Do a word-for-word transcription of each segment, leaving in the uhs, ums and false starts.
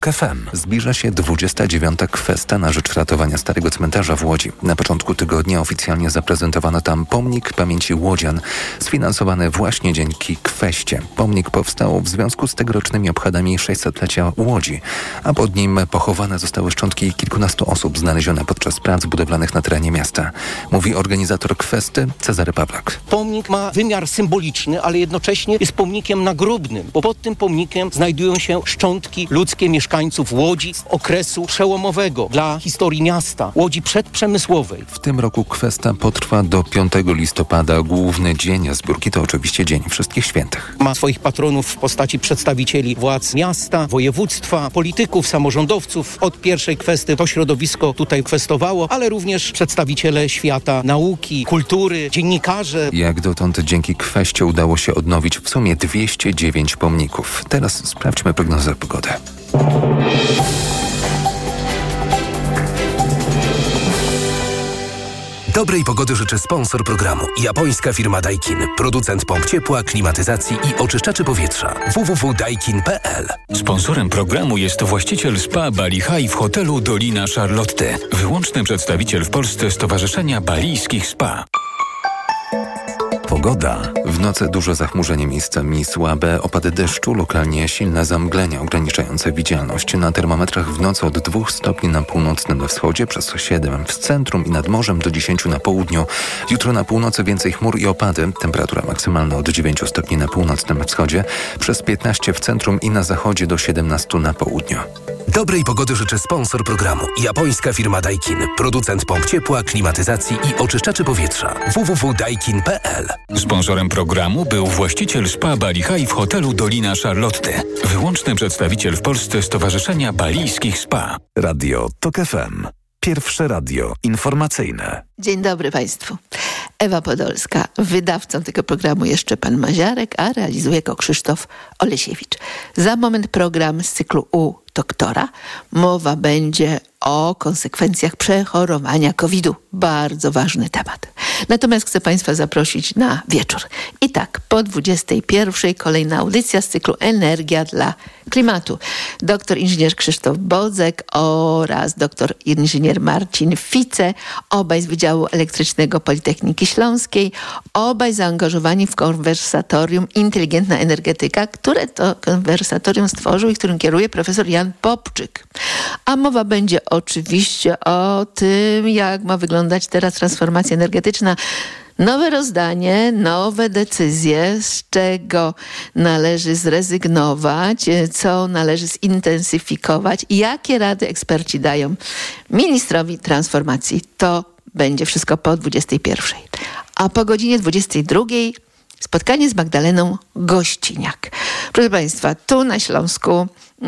F M. Zbliża się dwudziesta dziewiąta Kwesta na rzecz ratowania Starego Cmentarza w Łodzi. Na początku tygodnia oficjalnie zaprezentowano tam pomnik pamięci łodzian, sfinansowany właśnie dzięki Kweście. Pomnik powstał w związku z tegorocznymi obchodami sześćsetlecia Łodzi, a pod nim pochowane zostały szczątki kilkunastu osób znalezione podczas prac budowlanych na terenie miasta. Mówi organizator Kwesty Cezary Pawlak. Pomnik ma wymiar symboliczny, ale jednocześnie jest pomnikiem nagrobnym, bo pod tym pomnikiem znajdują się szczątki ludzkie mieszkańców Łodzi z okresu przełomowego dla historii miasta, Łodzi przedprzemysłowej. W tym roku Kwesta potrwa do piątego listopada. Główny dzień zbiórki to oczywiście Dzień Wszystkich Świętych. Ma swoich patronów w postaci przedstawicieli władz miasta, województwa, polityków, samorządowców. Od pierwszej kwesty to środowisko tutaj kwestowało, ale również przedstawiciele świata nauki, kultury, dziennikarze. Jak dotąd dzięki Kweście udało się odnowić w sumie dwieście dziewięć pomników. Teraz sprawdźmy prognozę pogody. Dobrej pogody życzy sponsor programu. Japońska firma Daikin. Producent pomp ciepła, klimatyzacji i oczyszczaczy powietrza. w w w kropka daikin kropka p l. Sponsorem programu jest właściciel spa Bali High w hotelu Dolina Charlotte. Wyłączny przedstawiciel w Polsce Stowarzyszenia Balijskich Spa. Pogoda. W nocy duże zachmurzenie, miejscami słabe opady deszczu, lokalnie silne zamglenia ograniczające widzialność. Na termometrach w nocy od dwóch stopni na północnym wschodzie, przez siedem w centrum i nad morzem do dziesięciu na południu. Jutro na północy więcej chmur i opady. Temperatura maksymalna od dziewięciu stopni na północnym wschodzie, przez piętnaście w centrum i na zachodzie do siedemnastu na południu. Dobrej pogody życzy sponsor programu. Japońska firma Daikin. Producent pomp ciepła, klimatyzacji i oczyszczaczy powietrza. w w w kropka daikin kropka p l. Sponsorem programu był właściciel spa Bali High w hotelu Dolina Charlotte. Wyłączny przedstawiciel w Polsce Stowarzyszenia Balijskich Spa. Radio Tok F M. Pierwsze radio informacyjne. Dzień dobry Państwu. Ewa Podolska. Wydawcą tego programu jeszcze pan Maziarek, a realizuje go Krzysztof Olesiewicz. Za moment program z cyklu U doktora. Mowa będzie o konsekwencjach przechorowania kowida. Bardzo ważny temat. Natomiast chcę Państwa zaprosić na wieczór. I tak, po dwudziestej pierwszej kolejna audycja z cyklu Energia dla klimatu. Doktor inżynier Krzysztof Bodzek oraz doktor inżynier Marcin Fice, obaj z Wydziału Elektrycznego Politechniki Śląskiej, obaj zaangażowani w konwersatorium Inteligentna Energetyka, które to konwersatorium stworzył i którym kieruje profesor Jan Popczyk. A mowa będzie oczywiście o tym, jak ma wyglądać teraz transformacja energetyczna. Nowe rozdanie, nowe decyzje, z czego należy zrezygnować, co należy zintensyfikować i jakie rady eksperci dają ministrowi transformacji. To będzie wszystko po dwudziestej pierwszej. A po godzinie dwudziestej drugiej spotkanie z Magdaleną Gościniak. Proszę Państwa, tu na Śląsku yy,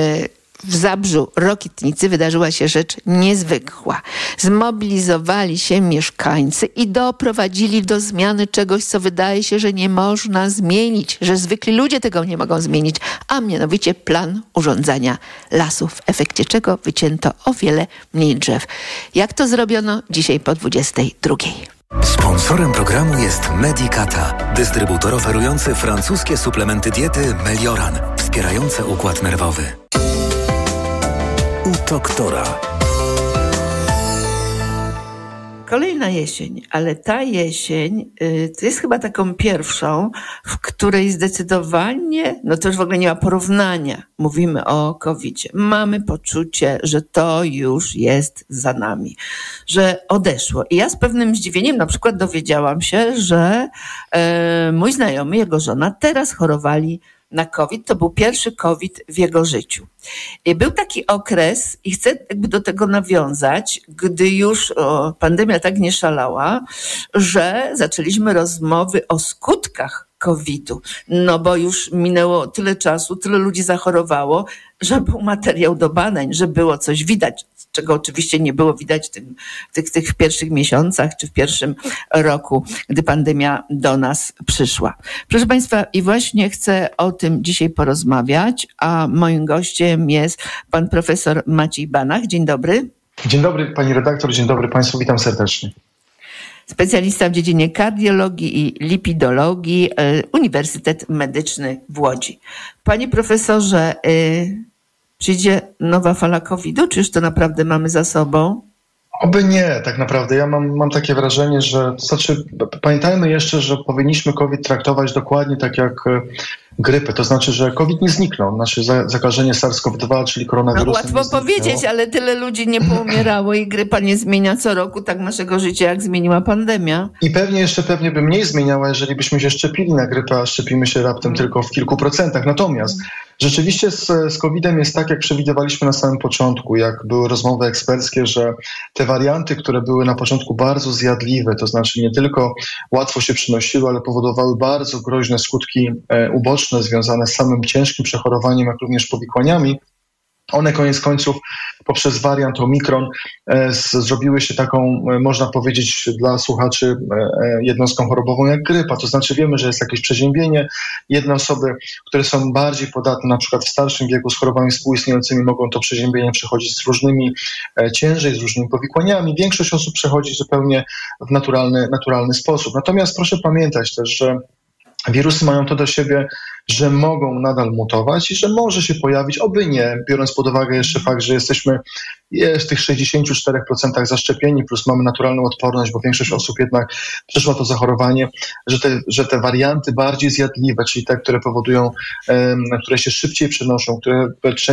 w Zabrzu Rokitnicy wydarzyła się rzecz niezwykła. Zmobilizowali się mieszkańcy i doprowadzili do zmiany czegoś, co wydaje się, że nie można zmienić, że zwykli ludzie tego nie mogą zmienić, a mianowicie plan urządzania lasów, w efekcie czego wycięto o wiele mniej drzew. Jak to zrobiono? Dzisiaj po dwudziestej drugiej. Sponsorem programu jest Medicata, dystrybutor oferujący francuskie suplementy diety Melioran, wspierające układ nerwowy. U doktora. Kolejna jesień, ale ta jesień y, to jest chyba taką pierwszą, w której zdecydowanie, no to już w ogóle nie ma porównania, mówimy o kowidzie. Mamy poczucie, że to już jest za nami, że odeszło. I ja z pewnym zdziwieniem na przykład dowiedziałam się, że y, mój znajomy, jego żona teraz chorowali na COVID. To był pierwszy COVID w jego życiu. I był taki okres, i chcę jakby do tego nawiązać, gdy już o, pandemia tak nie szalała, że zaczęliśmy rozmowy o skutkach kowidu. No bo już minęło tyle czasu, tyle ludzi zachorowało, że był materiał do badań, że było coś widać, czego oczywiście nie było widać w tym, tych, tych pierwszych miesiącach czy w pierwszym roku, gdy pandemia do nas przyszła. Proszę Państwa, i właśnie chcę o tym dzisiaj porozmawiać, a moim gościem jest pan profesor Maciej Banach. Dzień dobry. Dzień dobry pani redaktor, dzień dobry Państwu, witam serdecznie. Specjalista w dziedzinie kardiologii i lipidologii, Uniwersytet Medyczny w Łodzi. Panie profesorze, przyjdzie nowa fala kowida, czy już to naprawdę mamy za sobą? Oby nie, tak naprawdę. Ja mam, mam takie wrażenie, że, to znaczy, pamiętajmy jeszcze, że powinniśmy COVID traktować dokładnie tak jak grypę. To znaczy, że COVID nie zniknął. Znaczy zakażenie SARS-CoV dwa, czyli koronawirusem. No łatwo powiedzieć, ale tyle ludzi nie poumierało i grypa nie zmienia co roku tak naszego życia, jak zmieniła pandemia. I pewnie jeszcze pewnie by mniej zmieniała, jeżeli byśmy się szczepili na grypę, a szczepimy się raptem mm. tylko w kilku procentach. Natomiast mm. rzeczywiście z, z kowidem jest tak, jak przewidywaliśmy na samym początku, jak były rozmowy eksperckie, że te warianty, które były na początku bardzo zjadliwe, to znaczy nie tylko łatwo się przynosiły, ale powodowały bardzo groźne skutki e, uboczne związane z samym ciężkim przechorowaniem, jak również powikłaniami, one koniec końców poprzez wariant Omikron e, z, zrobiły się taką, e, można powiedzieć dla słuchaczy, e, jednostką chorobową jak grypa. To znaczy wiemy, że jest jakieś przeziębienie. Jedne osoby, które są bardziej podatne, na przykład w starszym wieku z chorobami współistniejącymi, mogą to przeziębienie przechodzić z różnymi e, ciężej, z różnymi powikłaniami. Większość osób przechodzi zupełnie w naturalny, naturalny sposób. Natomiast proszę pamiętać też, że wirusy mają to do siebie, że mogą nadal mutować i że może się pojawić, oby nie, biorąc pod uwagę jeszcze fakt, że jesteśmy w tych sześćdziesięciu czterech procentach zaszczepieni, plus mamy naturalną odporność, bo większość osób jednak przeszła to zachorowanie, że te, że te warianty bardziej zjadliwe, czyli te, które powodują, um, które się szybciej przenoszą, które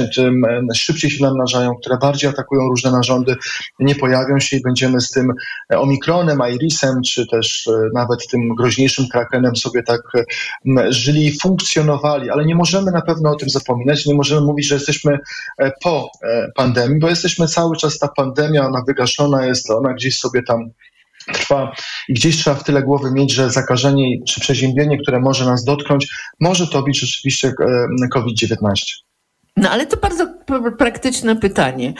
um, szybciej się namnażają, które bardziej atakują różne narządy, nie pojawią się i będziemy z tym Omikronem, Irisem, czy też um, nawet tym groźniejszym Krakenem sobie tak um, żyli i funkcjonowali, ale nie możemy na pewno o tym zapominać, nie możemy mówić, że jesteśmy po pandemii, bo jesteśmy cały czas, ta pandemia, ona wygaszona jest, ona gdzieś sobie tam trwa i gdzieś trzeba w tyle głowy mieć, że zakażenie czy przeziębienie, które może nas dotknąć, może to być rzeczywiście COVID dziewiętnaście. No ale to bardzo praktyczne pytanie.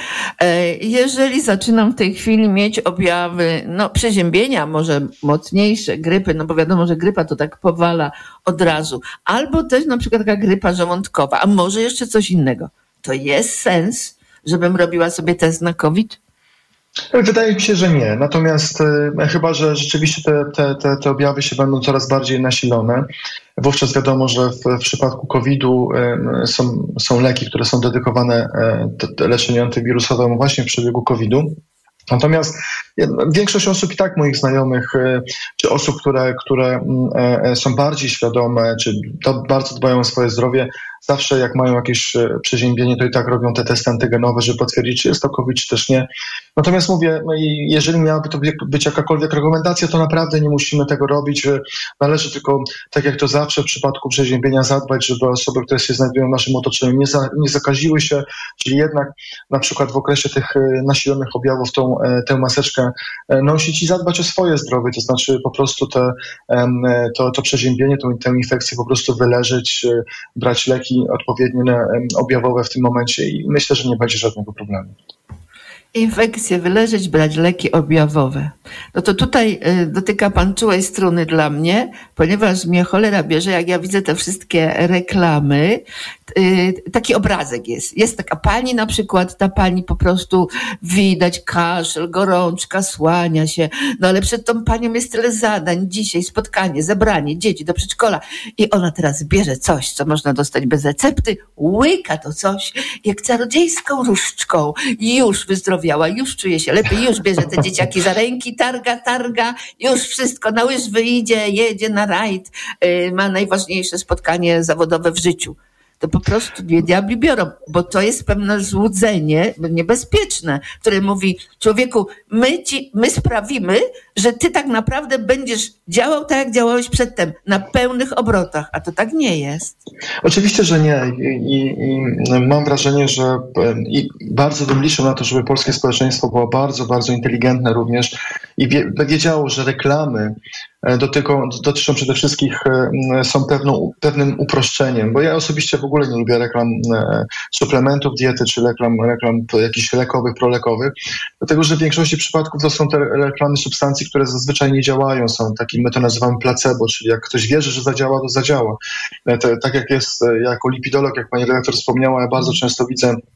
Jeżeli zaczynam w tej chwili mieć objawy, no przeziębienia, może mocniejsze, grypy, no bo wiadomo, że grypa to tak powala od razu, albo też na przykład taka grypa żołądkowa, a może jeszcze coś innego, to jest sens, żebym robiła sobie test na COVID? Wydaje mi się, że nie. Natomiast e, chyba, że rzeczywiście te, te, te, te objawy się będą coraz bardziej nasilone. Wówczas wiadomo, że w, w przypadku kowida e, są, są leki, które są dedykowane e, leczeniu antywirusowemu właśnie w przebiegu kowida. Natomiast większość osób i tak moich znajomych, czy osób, które, które są bardziej świadome, czy to bardzo dbają o swoje zdrowie, zawsze jak mają jakieś przeziębienie, to i tak robią te testy antygenowe, żeby potwierdzić, czy jest to COVID, czy też nie. Natomiast mówię, jeżeli miałaby to być jakakolwiek rekomendacja, to naprawdę nie musimy tego robić. Należy tylko, tak jak to zawsze w przypadku przeziębienia, zadbać, żeby osoby, które się znajdują w naszym otoczeniu, nie, za, nie zakaziły się, czyli jednak na przykład w okresie tych nasilonych objawów tą, tę maseczkę nosić i zadbać o swoje zdrowie, to znaczy po prostu te, to, to przeziębienie, tę, tę infekcję po prostu wyleżyć, brać leki odpowiednie objawowe w tym momencie i myślę, że nie będzie żadnego problemu. Infekcje wyleżeć, brać leki objawowe. No to tutaj y, dotyka pan czułej struny dla mnie, ponieważ mnie cholera bierze, jak ja widzę te wszystkie reklamy. Y, taki obrazek jest. Jest taka pani na przykład, ta pani po prostu widać kaszel, gorączka, słania się. No ale przed tą panią jest tyle zadań. Dzisiaj spotkanie, zebranie dzieci do przedszkola. I ona teraz bierze coś, co można dostać bez recepty, łyka to coś, jak czarodziejską różdżką. Już wyzdrowiała, już czuje się lepiej, już bierze te dzieciaki za ręki, targa, targa, już wszystko, na łyżwy idzie, jedzie na rajd, yy, ma najważniejsze spotkanie zawodowe w życiu. To po prostu dwie diabli biorą, bo to jest pewne złudzenie niebezpieczne, które mówi człowieku, my ci, my sprawimy, że ty tak naprawdę będziesz działał tak, jak działałeś przedtem, na pełnych obrotach, a to tak nie jest. Oczywiście, że nie i, i, i mam wrażenie, że i bardzo bym liczył na to, żeby polskie społeczeństwo było bardzo, bardzo inteligentne również i wie, wiedziało, że reklamy dotyczą, dotyczą przede wszystkim, są pewną, pewnym uproszczeniem, bo ja osobiście w ogóle nie lubię reklam suplementów diety, czy reklam, reklam jakichś lekowych, prolekowych, dlatego, że w większości przypadków to są te reklamy substancji, które zazwyczaj nie działają, są takim, my to nazywamy placebo, czyli jak ktoś wierzy, że zadziała, to zadziała. To, tak jak jest, jako lipidolog, jak pani redaktor wspomniała, ja bardzo często widzę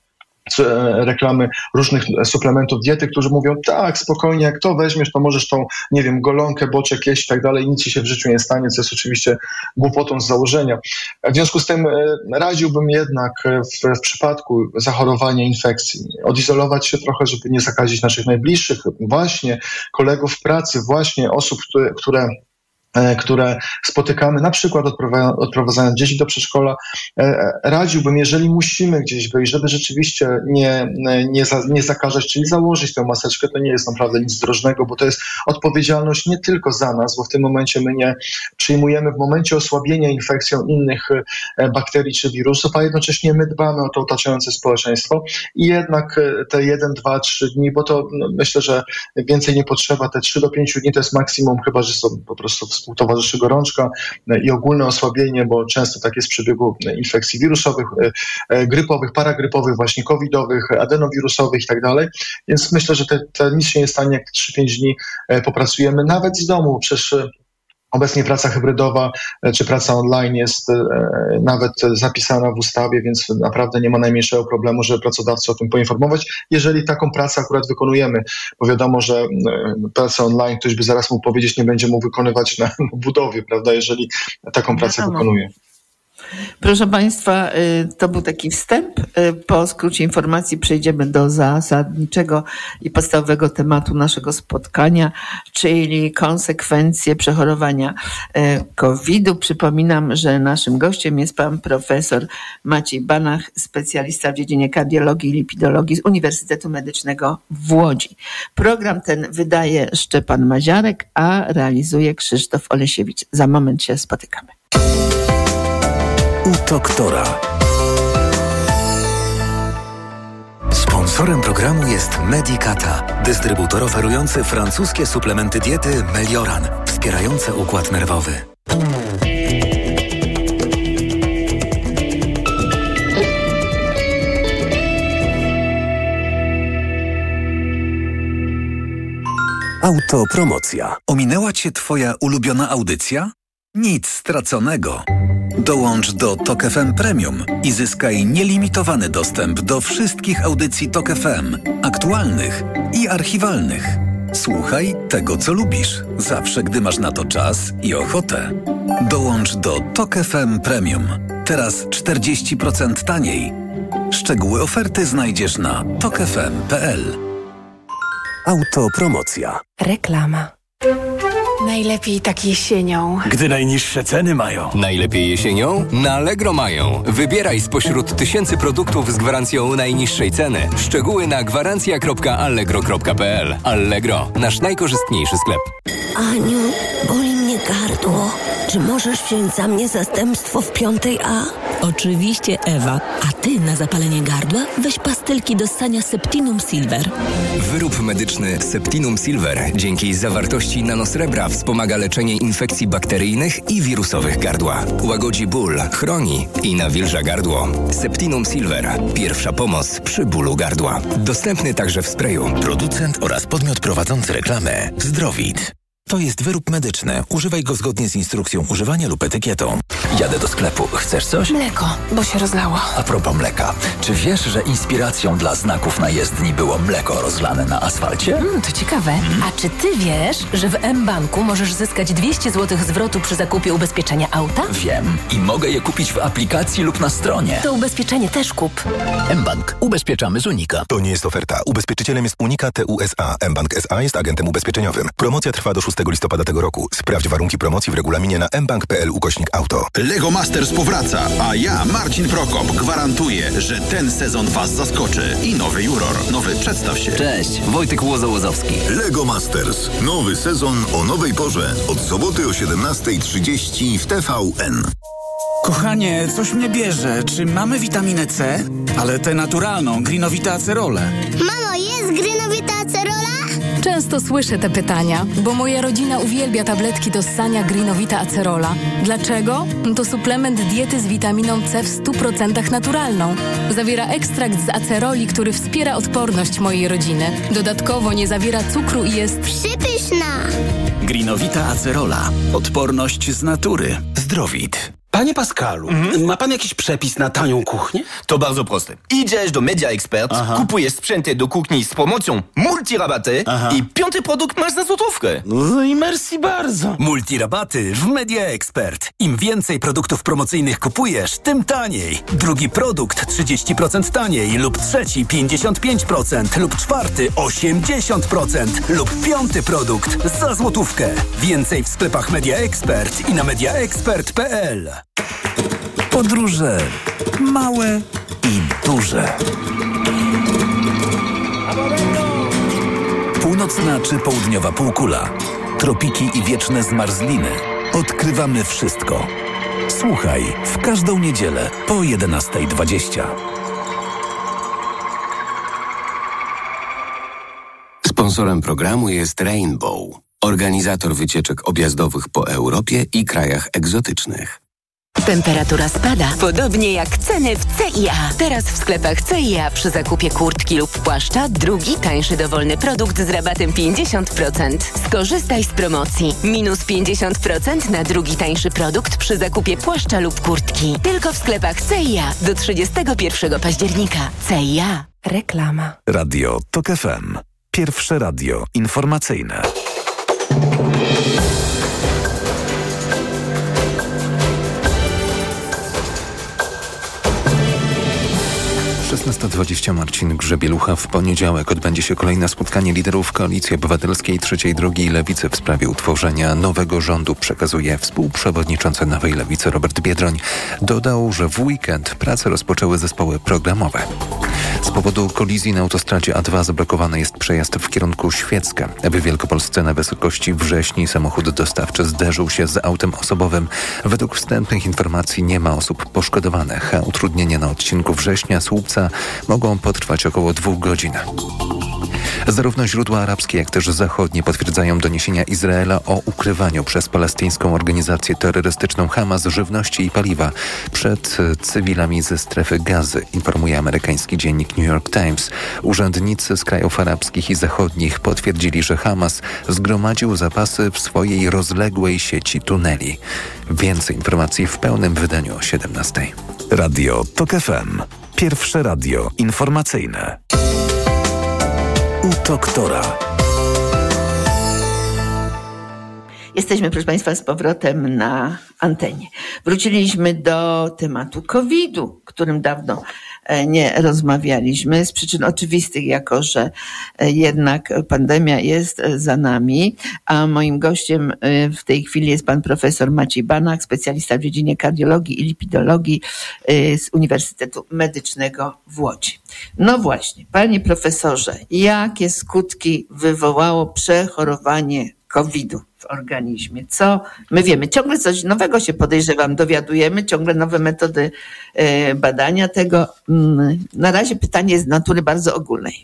reklamy różnych suplementów diety, którzy mówią, tak, spokojnie, jak to weźmiesz, to możesz tą, nie wiem, golonkę, boczek jeść i tak dalej, nic ci się w życiu nie stanie, co jest oczywiście głupotą z założenia. W związku z tym radziłbym jednak w, w przypadku zachorowania infekcji odizolować się trochę, żeby nie zakazić naszych najbliższych, właśnie kolegów w pracy, właśnie osób, które, które które spotykamy, na przykład odprowadzając dzieci do przedszkola, radziłbym, jeżeli musimy gdzieś wyjść, żeby rzeczywiście nie, nie, za, nie zakażać, czyli założyć tę maseczkę, to nie jest naprawdę nic drożnego, bo to jest odpowiedzialność nie tylko za nas, bo w tym momencie my nie przyjmujemy w momencie osłabienia infekcją innych bakterii czy wirusów, a jednocześnie my dbamy o to otaczające społeczeństwo i jednak te jeden, dwa, trzy dni, bo to no, myślę, że więcej nie potrzeba, te trzy do pięciu dni to jest maksimum, chyba że są po prostu współtowarzyszy gorączka i ogólne osłabienie, bo często tak jest w przebiegu infekcji wirusowych, grypowych, paragrypowych, właśnie covidowych, adenowirusowych i tak dalej. Więc myślę, że te, te nic się nie stanie, jak trzy pięć dni popracujemy nawet z domu. Przecież obecnie praca hybrydowa czy praca online jest nawet zapisana w ustawie, więc naprawdę nie ma najmniejszego problemu, żeby pracodawcę o tym poinformować, jeżeli taką pracę akurat wykonujemy. Bo wiadomo, że pracę online ktoś by zaraz mógł powiedzieć, nie będzie mógł wykonywać na budowie, prawda, jeżeli taką pracę Wiadomo. wykonuje. Proszę Państwa, to był taki wstęp. Po skrócie informacji przejdziemy do zasadniczego i podstawowego tematu naszego spotkania, czyli konsekwencje przechorowania kowida. Przypominam, że naszym gościem jest pan profesor Maciej Banach, specjalista w dziedzinie kardiologii i lipidologii z Uniwersytetu Medycznego w Łodzi. Program ten wydaje Szczepan Maziarek, a realizuje Krzysztof Olesiewicz. Za moment się spotykamy. U doktora. Sponsorem programu jest Medicata, dystrybutor oferujący francuskie suplementy diety Melioran, wspierające układ nerwowy. Autopromocja. Ominęła Cię Twoja ulubiona audycja? Nic straconego. Dołącz do Tok F M Premium i zyskaj nielimitowany dostęp do wszystkich audycji Tok F M, aktualnych i archiwalnych. Słuchaj tego, co lubisz, zawsze, gdy masz na to czas i ochotę. Dołącz do Tok F M Premium. Teraz czterdzieści procent taniej. Szczegóły oferty znajdziesz na tok f m kropka p l. Autopromocja. Reklama. Najlepiej tak jesienią. Gdy najniższe ceny mają. Najlepiej jesienią? Na Allegro mają. Wybieraj spośród tysięcy produktów z gwarancją najniższej ceny. Szczegóły na gwarancja kropka allegro kropka p l. Allegro, nasz najkorzystniejszy sklep. Aniu, boli mnie gardło. Czy możesz wziąć za mnie zastępstwo w piątej A? Oczywiście, Ewa. A ty na zapalenie gardła weź pastylki do ssania Septinum Silver. Wyrób medyczny Septinum Silver dzięki zawartości nanosrebra wspomaga leczenie infekcji bakteryjnych i wirusowych gardła. Łagodzi ból, chroni i nawilża gardło. Septinum Silver. Pierwsza pomoc przy bólu gardła. Dostępny także w sprayu. Producent oraz podmiot prowadzący reklamę Zdrowit. To jest wyrób medyczny. Używaj go zgodnie z instrukcją używania lub etykietą. Jadę do sklepu. Chcesz coś? Mleko, bo się rozlało. A propos mleka. Czy wiesz, że inspiracją dla znaków na jezdni było mleko rozlane na asfalcie? Mm, to ciekawe. Mm. A czy ty wiesz, że w M-Banku możesz zyskać dwieście złotych zwrotu przy zakupie ubezpieczenia auta? Wiem. I mogę je kupić w aplikacji lub na stronie. To ubezpieczenie też kup. M-Bank. Ubezpieczamy z Unika. To nie jest oferta. Ubezpieczycielem jest Unika T U S A. M-Bank S A jest agentem ubezpieczeniowym. Promocja trwa do szóstego listopada tego roku. Sprawdź warunki promocji w regulaminie na mbank kropka p l ukośnik auto. Lego Masters powraca, a ja, Marcin Prokop, gwarantuję, że ten sezon was zaskoczy. I nowy juror. Nowy przedstaw się. Cześć, Wojtek Łozo-Łozowski. Lego Masters. Nowy sezon o nowej porze. Od soboty o siedemnasta trzydzieści w T V N. Kochanie, coś mnie bierze. Czy mamy witaminę C? Ale tę naturalną, Greenowita Acerolę. Mamo, jest Greenowita Acerola? Często słyszę te pytania, bo moja rodzina uwielbia tabletki do ssania Greenowita Acerola. Dlaczego? To suplement diety z witaminą C w stu procentach naturalną. Zawiera ekstrakt z aceroli, który wspiera odporność mojej rodziny. Dodatkowo nie zawiera cukru i jest przypyszna. Greenowita Acerola. Odporność z natury. Zdrowit. Panie Pascalu, mm? ma pan jakiś przepis na tanią kuchnię? To bardzo proste. Idziesz do Media Expert, Aha. kupujesz sprzęty do kuchni z promocją multirabaty Aha. i piąty produkt masz za złotówkę. No i merci bardzo. Multirabaty w Media Expert. Im więcej produktów promocyjnych kupujesz, tym taniej. Drugi produkt trzydzieści procent taniej lub trzeci pięćdziesiąt pięć procent lub czwarty osiemdziesiąt procent lub piąty produkt za złotówkę. Więcej w sklepach Media Expert i na media expert kropka p l. Podróże małe i duże. Północna czy południowa półkula, tropiki i wieczne zmarzliny. Odkrywamy wszystko. Słuchaj w każdą niedzielę po jedenasta dwadzieścia. Sponsorem programu jest Rainbow, organizator wycieczek objazdowych po Europie i krajach egzotycznych. Temperatura spada, podobnie jak ceny w C i A. Teraz w sklepach C i A przy zakupie kurtki lub płaszcza drugi tańszy dowolny produkt z rabatem pięćdziesiąt procent. Skorzystaj z promocji. Minus pięćdziesiąt procent na drugi tańszy produkt przy zakupie płaszcza lub kurtki. Tylko w sklepach C i A do trzydziestego pierwszego października. C i A. Reklama. Radio TOK F M. Pierwsze radio informacyjne. szesnasta dwadzieścia Marcin Grzebielucha. W poniedziałek odbędzie się kolejne spotkanie liderów Koalicji Obywatelskiej, Trzeciej Drogi i Lewicy w sprawie utworzenia nowego rządu, przekazuje współprzewodniczący Nowej Lewicy Robert Biedroń. Dodał, że w weekend prace rozpoczęły zespoły programowe. Z powodu kolizji na autostradzie A dwa zablokowany jest przejazd w kierunku Świecka. W Wielkopolsce na wysokości Wrześni samochód dostawczy zderzył się z autem osobowym. Według wstępnych informacji nie ma osób poszkodowanych, a utrudnienia na odcinku Września-Słupca mogą potrwać około dwóch godzin. Zarówno źródła arabskie, jak też zachodnie potwierdzają doniesienia Izraela o ukrywaniu przez palestyńską organizację terrorystyczną Hamas żywności i paliwa przed cywilami ze strefy Gazy, informuje amerykański dziennik New York Times. Urzędnicy z krajów arabskich i zachodnich potwierdzili, że Hamas zgromadził zapasy w swojej rozległej sieci tuneli. Więcej informacji w pełnym wydaniu o siedemnastej. Radio TOK F M. Pierwsze radio informacyjne. U doktora. Jesteśmy, proszę Państwa, z powrotem na antenie. Wróciliśmy do tematu kowidu, którym dawno nie rozmawialiśmy, z przyczyn oczywistych, jako że jednak pandemia jest za nami, a moim gościem w tej chwili jest pan profesor Maciej Banach, specjalista w dziedzinie kardiologii i lipidologii z Uniwersytetu Medycznego w Łodzi. No właśnie, panie profesorze, jakie skutki wywołało przechorowanie kowidu w organizmie? Co my wiemy? Ciągle coś nowego się, podejrzewam, dowiadujemy, ciągle nowe metody e, badania tego. Na razie pytanie jest z natury bardzo ogólnej.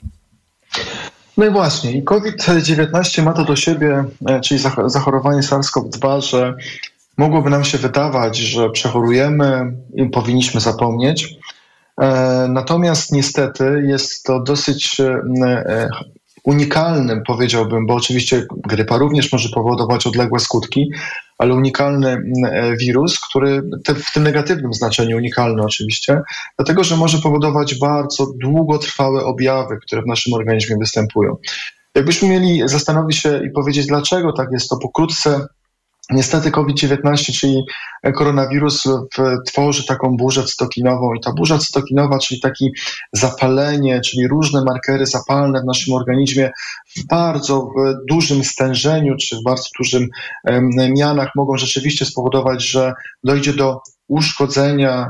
No i właśnie, i kowid dziewiętnaście ma to do siebie, czyli zachorowanie SARS-CoV dwa, że mogłoby nam się wydawać, że przechorujemy i powinniśmy zapomnieć. E, natomiast niestety jest to dosyć e, unikalnym, powiedziałbym, bo oczywiście grypa również może powodować odległe skutki, ale unikalny wirus, który te, w tym negatywnym znaczeniu unikalny oczywiście, dlatego że może powodować bardzo długotrwałe objawy, które w naszym organizmie występują. Jakbyśmy mieli zastanowić się i powiedzieć, dlaczego tak jest, to pokrótce niestety kowid dziewiętnaście, czyli koronawirus, tworzy taką burzę cytokinową i ta burza cytokinowa, czyli takie zapalenie, czyli różne markery zapalne w naszym organizmie w bardzo dużym stężeniu czy w bardzo dużym mianach mogą rzeczywiście spowodować, że dojdzie do uszkodzenia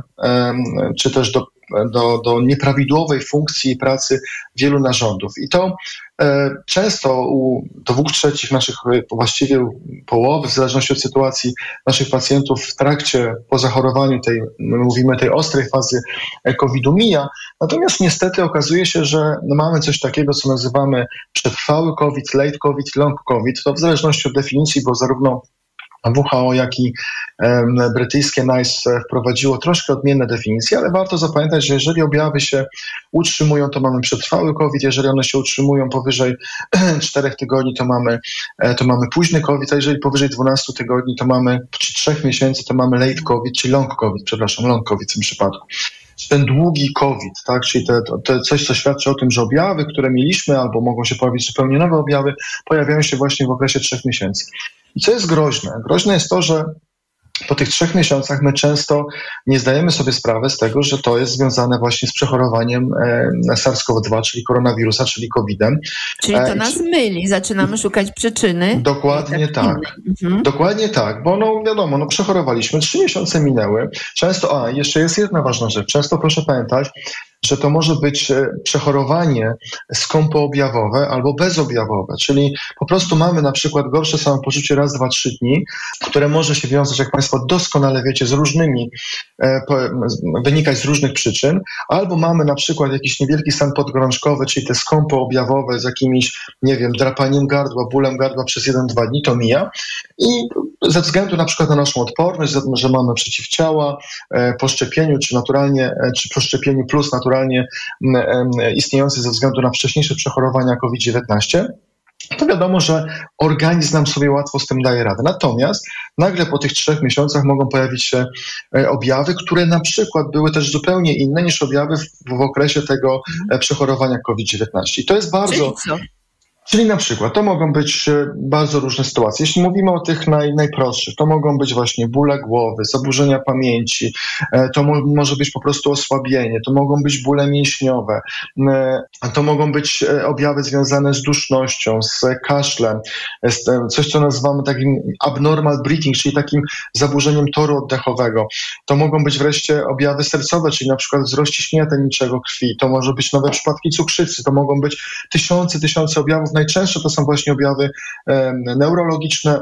czy też do Do, do nieprawidłowej funkcji i pracy wielu narządów. I to e, często u dwóch trzecich naszych, właściwie połowy, w zależności od sytuacji naszych pacjentów w trakcie, po zachorowaniu tej, my mówimy tej ostrej fazy kowida mija. Natomiast niestety okazuje się, że mamy coś takiego, co nazywamy przetrwały COVID, late COVID, long COVID. To w zależności od definicji, bo zarówno W H O, jak i um, brytyjskie N I C E wprowadziło troszkę odmienne definicje, ale warto zapamiętać, że jeżeli objawy się utrzymują, to mamy przetrwały COVID, jeżeli one się utrzymują powyżej czterech tygodni, to mamy, to mamy późny COVID, a jeżeli powyżej dwunastu tygodni, to mamy, czy trzech miesięcy, to mamy late COVID, czy long COVID, przepraszam, long COVID w tym przypadku. Ten długi COVID, tak, czyli te, to coś, co świadczy o tym, że objawy, które mieliśmy, albo mogą się pojawić zupełnie nowe objawy, pojawiają się właśnie w okresie trzech miesięcy. I co jest groźne? Groźne jest to, że po tych trzech miesiącach my często nie zdajemy sobie sprawy z tego, że to jest związane właśnie z przechorowaniem e, SARS-CoV dwa, czyli koronawirusa, czyli kowidem. Czyli to nas myli, zaczynamy szukać przyczyny. Dokładnie tak. Mhm. Dokładnie tak, bo no wiadomo, no przechorowaliśmy, trzy miesiące minęły. Często, a jeszcze jest jedna ważna rzecz, często proszę pamiętać, że to może być przechorowanie skąpoobjawowe albo bezobjawowe, czyli po prostu mamy na przykład gorsze samopoczucie raz, dwa, trzy dni, które może się wiązać, jak Państwo doskonale wiecie, z różnymi, e, po, wynikać z różnych przyczyn, albo mamy na przykład jakiś niewielki stan podgorączkowy, czyli te skąpoobjawowe z jakimiś, nie wiem, drapaniem gardła, bólem gardła przez jeden, dwa dni, to mija i ze względu na przykład na naszą odporność, że mamy przeciwciała e, po szczepieniu, czy naturalnie, e, czy po szczepieniu plus naturalnie istniejący ze względu na wcześniejsze przechorowania COVID dziewiętnaście, to wiadomo, że organizm nam sobie łatwo z tym daje radę. Natomiast nagle po tych trzech miesiącach mogą pojawić się objawy, które na przykład były też zupełnie inne niż objawy w, w okresie tego przechorowania COVID dziewiętnaście. I to jest bardzo... Czyli na przykład to mogą być bardzo różne sytuacje. Jeśli mówimy o tych naj, najprostszych, to mogą być właśnie bóle głowy, zaburzenia pamięci, to mo, może być po prostu osłabienie, to mogą być bóle mięśniowe, to mogą być objawy związane z dusznością, z kaszlem, z coś, co nazywamy takim abnormal breathing, czyli takim zaburzeniem toru oddechowego. To mogą być wreszcie objawy sercowe, czyli na przykład wzrost ciśnienia tętniczego krwi, to może być nowe przypadki cukrzycy, to mogą być tysiące, tysiące objawów. Najczęstsze to są właśnie objawy e, neurologiczne,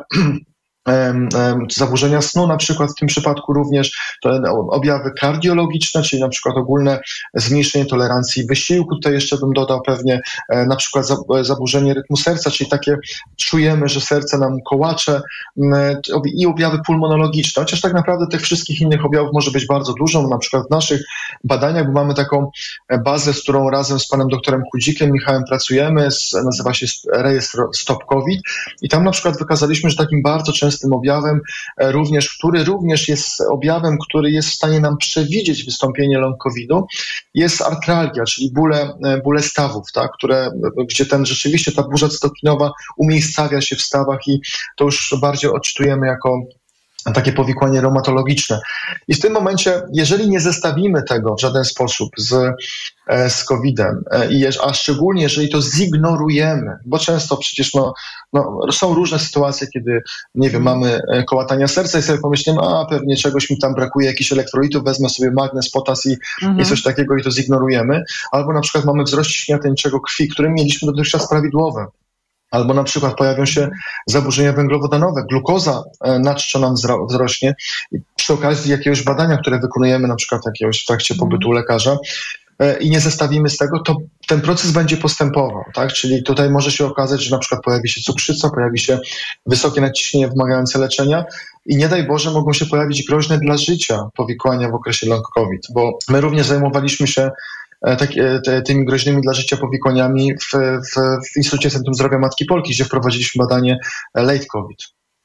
zaburzenia snu na przykład, w tym przypadku również to objawy kardiologiczne, czyli na przykład ogólne zmniejszenie tolerancji wysiłku. Tutaj jeszcze bym dodał pewnie na przykład zaburzenie rytmu serca, czyli takie czujemy, że serce nam kołacze i objawy pulmonologiczne, chociaż tak naprawdę tych wszystkich innych objawów może być bardzo dużo. Na przykład w naszych badaniach, bo mamy taką bazę, z którą razem z panem doktorem Kudzikiem, Michałem pracujemy, nazywa się rejestr Stop COVID i tam na przykład wykazaliśmy, że takim bardzo często tym objawem również, który również jest objawem, który jest w stanie nam przewidzieć wystąpienie long covidu, jest artralgia, czyli bóle, bóle stawów, tak, które, gdzie ten rzeczywiście ta burza cytokinowa umiejscawia się w stawach i to już bardziej odczytujemy jako takie powikłanie reumatologiczne. I w tym momencie, jeżeli nie zestawimy tego w żaden sposób z, z kowidem, i a szczególnie jeżeli to zignorujemy, bo często przecież no, no, są różne sytuacje, kiedy, nie wiem, mamy kołatania serca i sobie pomyślimy, a pewnie czegoś mi tam brakuje, jakichś elektrolitów, wezmę sobie magnez, potas i, mhm. i coś takiego i to zignorujemy. Albo na przykład mamy wzrost ciśnienia tętniczego krwi, który mieliśmy dotychczas prawidłowe. Albo na przykład pojawią się zaburzenia węglowodanowe, glukoza naczczo nam wzrośnie i przy okazji jakiegoś badania, które wykonujemy na przykład jakiegoś w trakcie pobytu u lekarza i nie zestawimy z tego, to ten proces będzie postępował, tak? Czyli tutaj może się okazać, że na przykład pojawi się cukrzyca, pojawi się wysokie nadciśnienie wymagające leczenia i nie daj Boże mogą się pojawić groźne dla życia powikłania w okresie long COVID, bo my również zajmowaliśmy się Tak, te, tymi groźnymi dla życia powikłaniami w, w, w Instytucie Centrum Zdrowia Matki Polki, gdzie wprowadziliśmy badanie late COVID.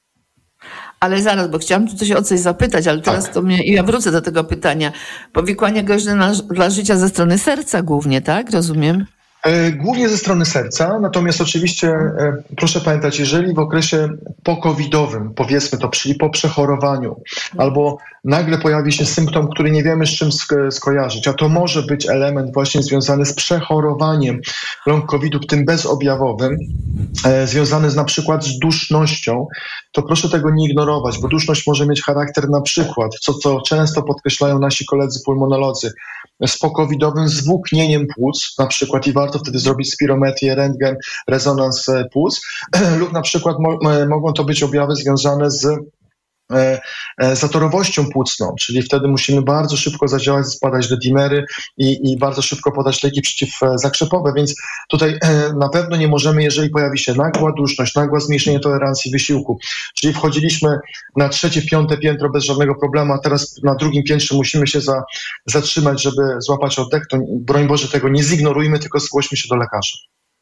Ale zaraz, bo chciałam tu coś o coś zapytać, ale teraz tak. to mnie, i ja wrócę do tego pytania. Powikłania groźne na, dla życia ze strony serca głównie, tak? Rozumiem? Głównie ze strony serca, natomiast oczywiście proszę pamiętać, jeżeli w okresie po-covidowym, powiedzmy to, czyli po przechorowaniu, albo nagle pojawi się symptom, który nie wiemy z czym sk- skojarzyć, a to może być element właśnie związany z przechorowaniem long covidu, tym bezobjawowym, e, związany z, na przykład z dusznością, to proszę tego nie ignorować, bo duszność może mieć charakter na przykład, co, co często podkreślają nasi koledzy pulmonolodzy, z po-covidowym zwłóknieniem płuc, na przykład i warto wtedy zrobić spirometrię, rentgen, rezonans płuc, lub na przykład mo- mogą to być objawy związane z e, e, zatorowością płucną, czyli wtedy musimy bardzo szybko zadziałać, spadać do dimery i, i bardzo szybko podać leki przeciwzakrzepowe, więc tutaj e, na pewno nie możemy, jeżeli pojawi się nagła duszność, nagłe zmniejszenie tolerancji wysiłku, czyli wchodziliśmy na trzecie, piąte piętro bez żadnego problemu, a teraz na drugim piętrze musimy się za, zatrzymać, żeby złapać oddech, to broń Boże tego nie zignorujmy, tylko zgłośmy się do lekarza.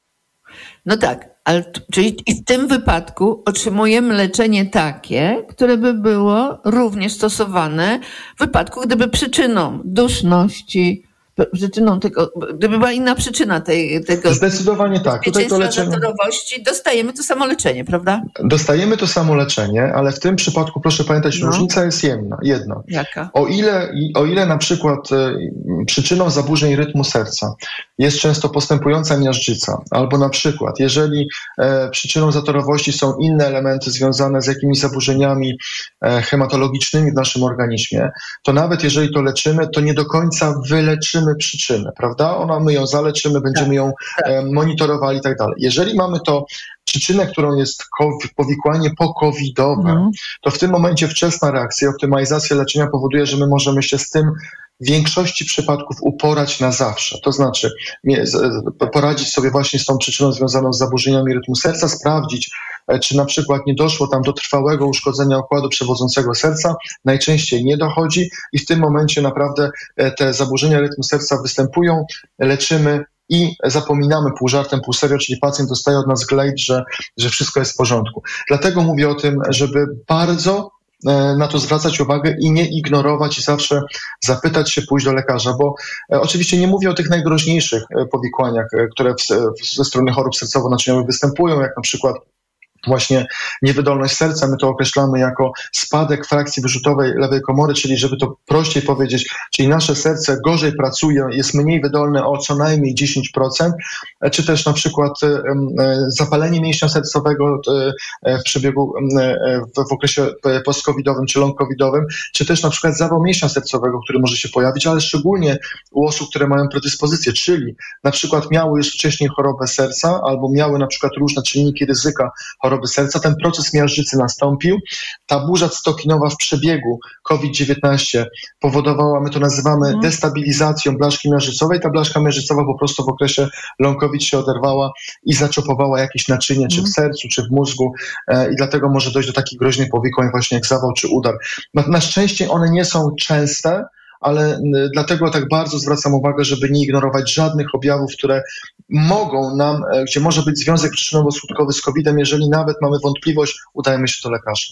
No tak, ale t- czyli i w tym wypadku otrzymujemy leczenie takie, które by było również stosowane w wypadku, gdyby przyczyną duszności, przyczyną tego, gdyby była inna przyczyna tej, tego Zdecydowanie tak. Tutaj to leczenie... zatorowości, dostajemy to samo leczenie, prawda? Dostajemy to samo leczenie, ale w tym przypadku proszę pamiętać, no. różnica jest jedna. jedna. Jaka? O ile, o ile na przykład y, przyczyną zaburzeń rytmu serca jest często postępująca miażdżyca, albo na przykład jeżeli e, przyczyną zatorowości są inne elementy związane z jakimiś zaburzeniami e, hematologicznymi w naszym organizmie, to nawet jeżeli to leczymy, to nie do końca wyleczymy przyczynę, prawda? Ona, my ją zaleczymy, będziemy ją e, monitorowali i tak dalej. Jeżeli mamy to przyczynę, którą jest powikłanie po-covidowe, mm. to w tym momencie wczesna reakcja, optymalizacja leczenia powoduje, że my możemy się z tym w większości przypadków uporać na zawsze. To znaczy poradzić sobie właśnie z tą przyczyną związaną z zaburzeniami rytmu serca, sprawdzić, czy na przykład nie doszło tam do trwałego uszkodzenia układu przewodzącego serca. Najczęściej nie dochodzi i w tym momencie naprawdę te zaburzenia rytmu serca występują, leczymy i zapominamy pół żartem, pół serio, czyli pacjent dostaje od nas glejt, że, że wszystko jest w porządku. Dlatego mówię o tym, żeby bardzo na to zwracać uwagę i nie ignorować i zawsze zapytać się, pójść do lekarza, bo e, oczywiście nie mówię o tych najgroźniejszych e, powikłaniach, e, które w, w, ze strony chorób sercowo-naczyniowych występują, jak na przykład właśnie niewydolność serca, my to określamy jako spadek frakcji wyrzutowej lewej komory, czyli żeby to prościej powiedzieć, czyli nasze serce gorzej pracuje, jest mniej wydolne o co najmniej dziesięć procent, czy też na przykład zapalenie mięśnia sercowego w przebiegu, w okresie post-covidowym czy long-covidowym, czy też na przykład zawał mięśnia sercowego, który może się pojawić, ale szczególnie u osób, które mają predyspozycję, czyli na przykład miały już wcześniej chorobę serca albo miały na przykład różne czynniki ryzyka choroby serca, ten proces miażdżycy nastąpił. Ta burza cytokinowa w przebiegu COVID dziewiętnaście powodowała, my to nazywamy mm. destabilizacją blaszki miażdżycowej. Ta blaszka miażdżycowa po prostu w okresie long COVID się oderwała i zaczopowała jakieś naczynie, mm. czy w sercu, czy w mózgu e, i dlatego może dojść do takich groźnych powikłań właśnie jak zawał czy udar. Na, na szczęście one nie są częste, ale dlatego tak bardzo zwracam uwagę, żeby nie ignorować żadnych objawów, które mogą nam, gdzie może być związek przyczynowo-skutkowy z kowidem, jeżeli nawet mamy wątpliwość, udajmy się do lekarza.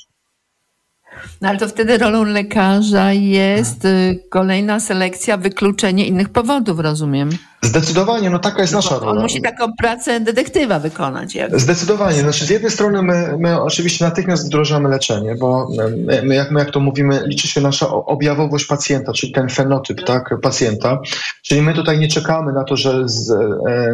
No ale to wtedy rolą lekarza jest hmm. kolejna selekcja, wykluczenie innych powodów, rozumiem. Zdecydowanie, no taka jest no nasza rola. On musi taką pracę detektywa wykonać. Jak... Zdecydowanie. Znaczy z jednej strony my, my oczywiście natychmiast wdrożamy leczenie, bo my jak, my jak to mówimy, liczy się nasza objawowość pacjenta, czyli ten fenotyp tak, pacjenta. Czyli my tutaj nie czekamy na to, że z, e,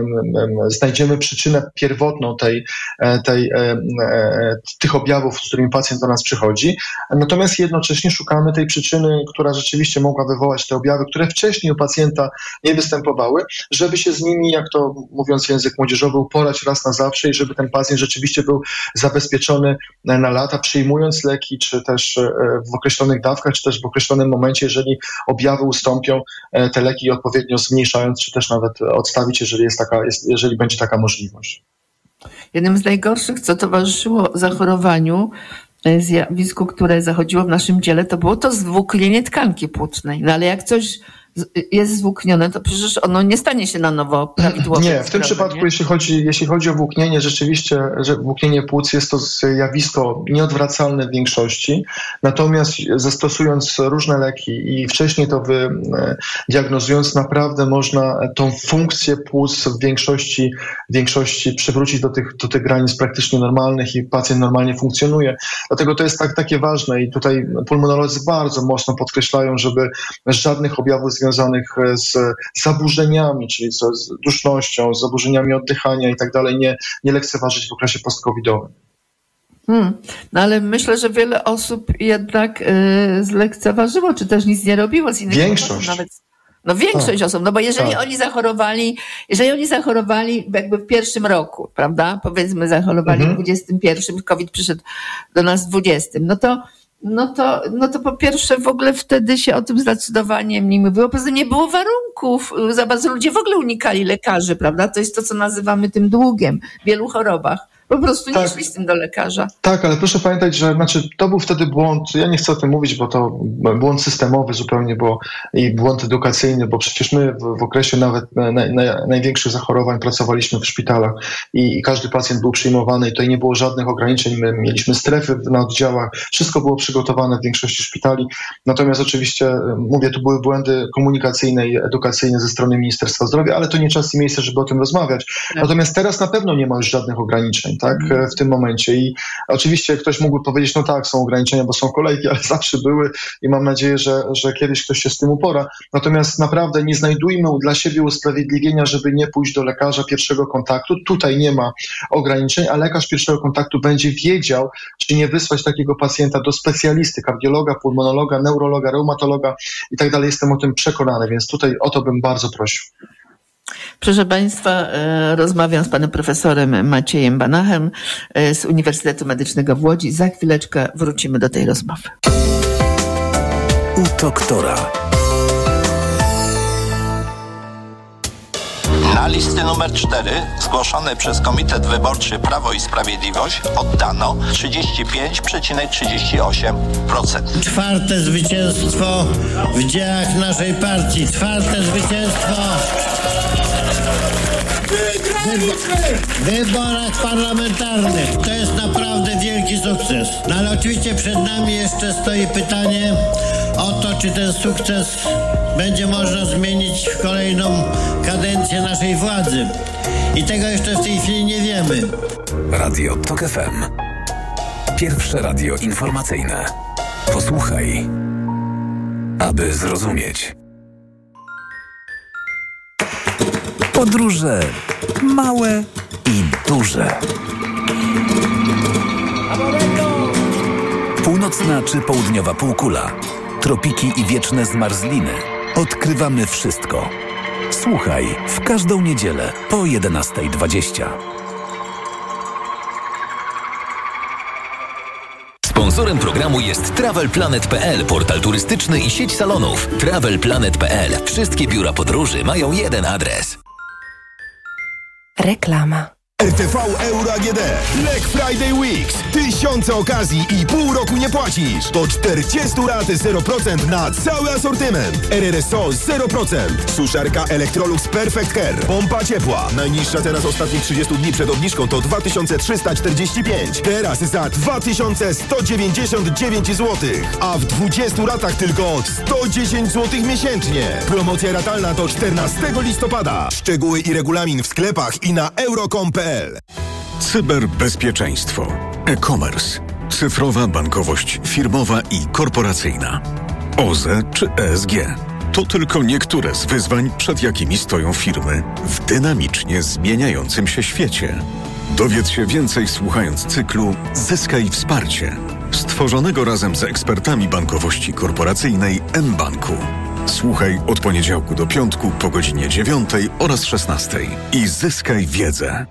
e, znajdziemy przyczynę pierwotną tej, tej, e, e, tych objawów, z którymi pacjent do nas przychodzi. Natomiast jednocześnie szukamy tej przyczyny, która rzeczywiście mogła wywołać te objawy, które wcześniej u pacjenta nie występowały, żeby się z nimi, jak to mówiąc język młodzieżowy, uporać raz na zawsze i żeby ten pacjent rzeczywiście był zabezpieczony na lata, przyjmując leki, czy też w określonych dawkach, czy też w określonym momencie, jeżeli objawy ustąpią, te leki odpowiednio zmniejszając, czy też nawet odstawić, jeżeli jest taka, jest, jeżeli będzie taka możliwość. Jednym z najgorszych, co towarzyszyło zachorowaniu, zjawisku, które zachodziło w naszym dziele, to było to zwłóknienie tkanki płucnej. No ale jak coś jest zwłóknione, to przecież ono nie stanie się na nowo prawidłowo. Nie, w tym przypadku, nie? Jeśli chodzi, jeśli chodzi o włóknienie, rzeczywiście, że włóknienie płuc jest to zjawisko nieodwracalne w większości, natomiast zastosując różne leki i wcześniej to wy, diagnozując, naprawdę można tą funkcję płuc w większości, w większości przywrócić do tych, do tych granic praktycznie normalnych i pacjent normalnie funkcjonuje. Dlatego to jest tak, takie ważne i tutaj pulmonolodzy bardzo mocno podkreślają, żeby żadnych objawów związanych z zaburzeniami, czyli z dusznością, z zaburzeniami oddychania i tak dalej, nie, nie lekceważyć w okresie post-covidowym. Hmm. No ale myślę, że wiele osób jednak yy, zlekceważyło, czy też nic nie robiło z innych Większość. Osób, nawet. No większość tak. osób, no bo jeżeli tak. oni zachorowali, jeżeli oni zachorowali jakby w pierwszym roku, prawda, powiedzmy zachorowali mhm. w dwudziestym pierwszym, COVID przyszedł do nas w dwudziestym, no to no to, no to po pierwsze w ogóle wtedy się o tym zdecydowanie mniej mówiło. Poza tym nie było warunków. Za bardzo ludzie w ogóle unikali lekarzy, prawda? To jest to, co nazywamy tym długiem w wielu chorobach. Po prostu nie tak. szli z tym do lekarza. Tak, ale proszę pamiętać, że znaczy, to był wtedy błąd, ja nie chcę o tym mówić, bo to błąd systemowy zupełnie, bo i błąd edukacyjny, bo przecież my w, w okresie nawet na, na, największych zachorowań pracowaliśmy w szpitalach i, i każdy pacjent był przyjmowany i tutaj nie było żadnych ograniczeń. My mieliśmy strefy na oddziałach, wszystko było przygotowane w większości szpitali. Natomiast oczywiście, mówię, tu były błędy komunikacyjne i edukacyjne ze strony Ministerstwa Zdrowia, ale to nie czas i miejsce, żeby o tym rozmawiać. Tak. Natomiast teraz na pewno nie ma już żadnych ograniczeń. Tak, w tym momencie. I oczywiście ktoś mógłby powiedzieć, no tak, są ograniczenia, bo są kolejki, ale zawsze były i mam nadzieję, że, że kiedyś ktoś się z tym upora. Natomiast naprawdę nie znajdujmy dla siebie usprawiedliwienia, żeby nie pójść do lekarza pierwszego kontaktu. Tutaj nie ma ograniczeń, a lekarz pierwszego kontaktu będzie wiedział, czy nie wysłać takiego pacjenta do specjalisty, kardiologa, pulmonologa, neurologa, reumatologa i tak dalej. Jestem o tym przekonany, więc tutaj o to bym bardzo prosił. Proszę Państwa, rozmawiam z panem profesorem Maciejem Banachem z Uniwersytetu Medycznego w Łodzi. Za chwileczkę wrócimy do tej rozmowy. U doktora. Na listy numer cztery, zgłoszone przez Komitet Wyborczy Prawo i Sprawiedliwość, oddano trzydzieści pięć przecinek trzydzieści osiem procent. Czwarte zwycięstwo w dziełach naszej partii. Czwarte zwycięstwo w wyborach parlamentarnych. To jest naprawdę wielki sukces. No ale oczywiście przed nami jeszcze stoi pytanie o to, czy ten sukces będzie można zmienić w kolejną kadencję naszej władzy. I tego jeszcze w tej chwili nie wiemy. Radio TOK F M. Pierwsze radio informacyjne. Posłuchaj, aby zrozumieć. Podróże małe i duże. Północna czy południowa półkula, tropiki i wieczne zmarzliny. Odkrywamy wszystko. Słuchaj w każdą niedzielę po jedenasta dwadzieścia. Sponsorem programu jest Travel Planet kropka p l, portal turystyczny i sieć salonów. Travel Planet kropka p l. Wszystkie biura podróży mają jeden adres. Reklama. R T V Euro A G D. Black Friday Weeks. Tysiące okazji i pół roku nie płacisz. To czterdzieści lat zero procent na cały asortyment. R R S O zero procent. Suszarka Electrolux Perfect Care. Pompa ciepła. Najniższa cena z ostatnich trzydziestu dni przed obniżką to dwa tysiące trzysta czterdzieści pięć. Teraz za dwa tysiące sto dziewięćdziesiąt dziewięć złotych. A w dwudziestu latach tylko sto dziesięć złotych miesięcznie. Promocja ratalna do czternastego listopada. Szczegóły i regulamin w sklepach i na euro kropka com kropka p l. Cyberbezpieczeństwo, e-commerce, cyfrowa bankowość firmowa i korporacyjna, O Z E czy E S G. To tylko niektóre z wyzwań, przed jakimi stoją firmy w dynamicznie zmieniającym się świecie. Dowiedz się więcej słuchając cyklu Zyskaj wsparcie, stworzonego razem z ekspertami bankowości korporacyjnej mBanku. Słuchaj od poniedziałku do piątku po godzinie dziewiątej oraz szesnastej i zyskaj wiedzę.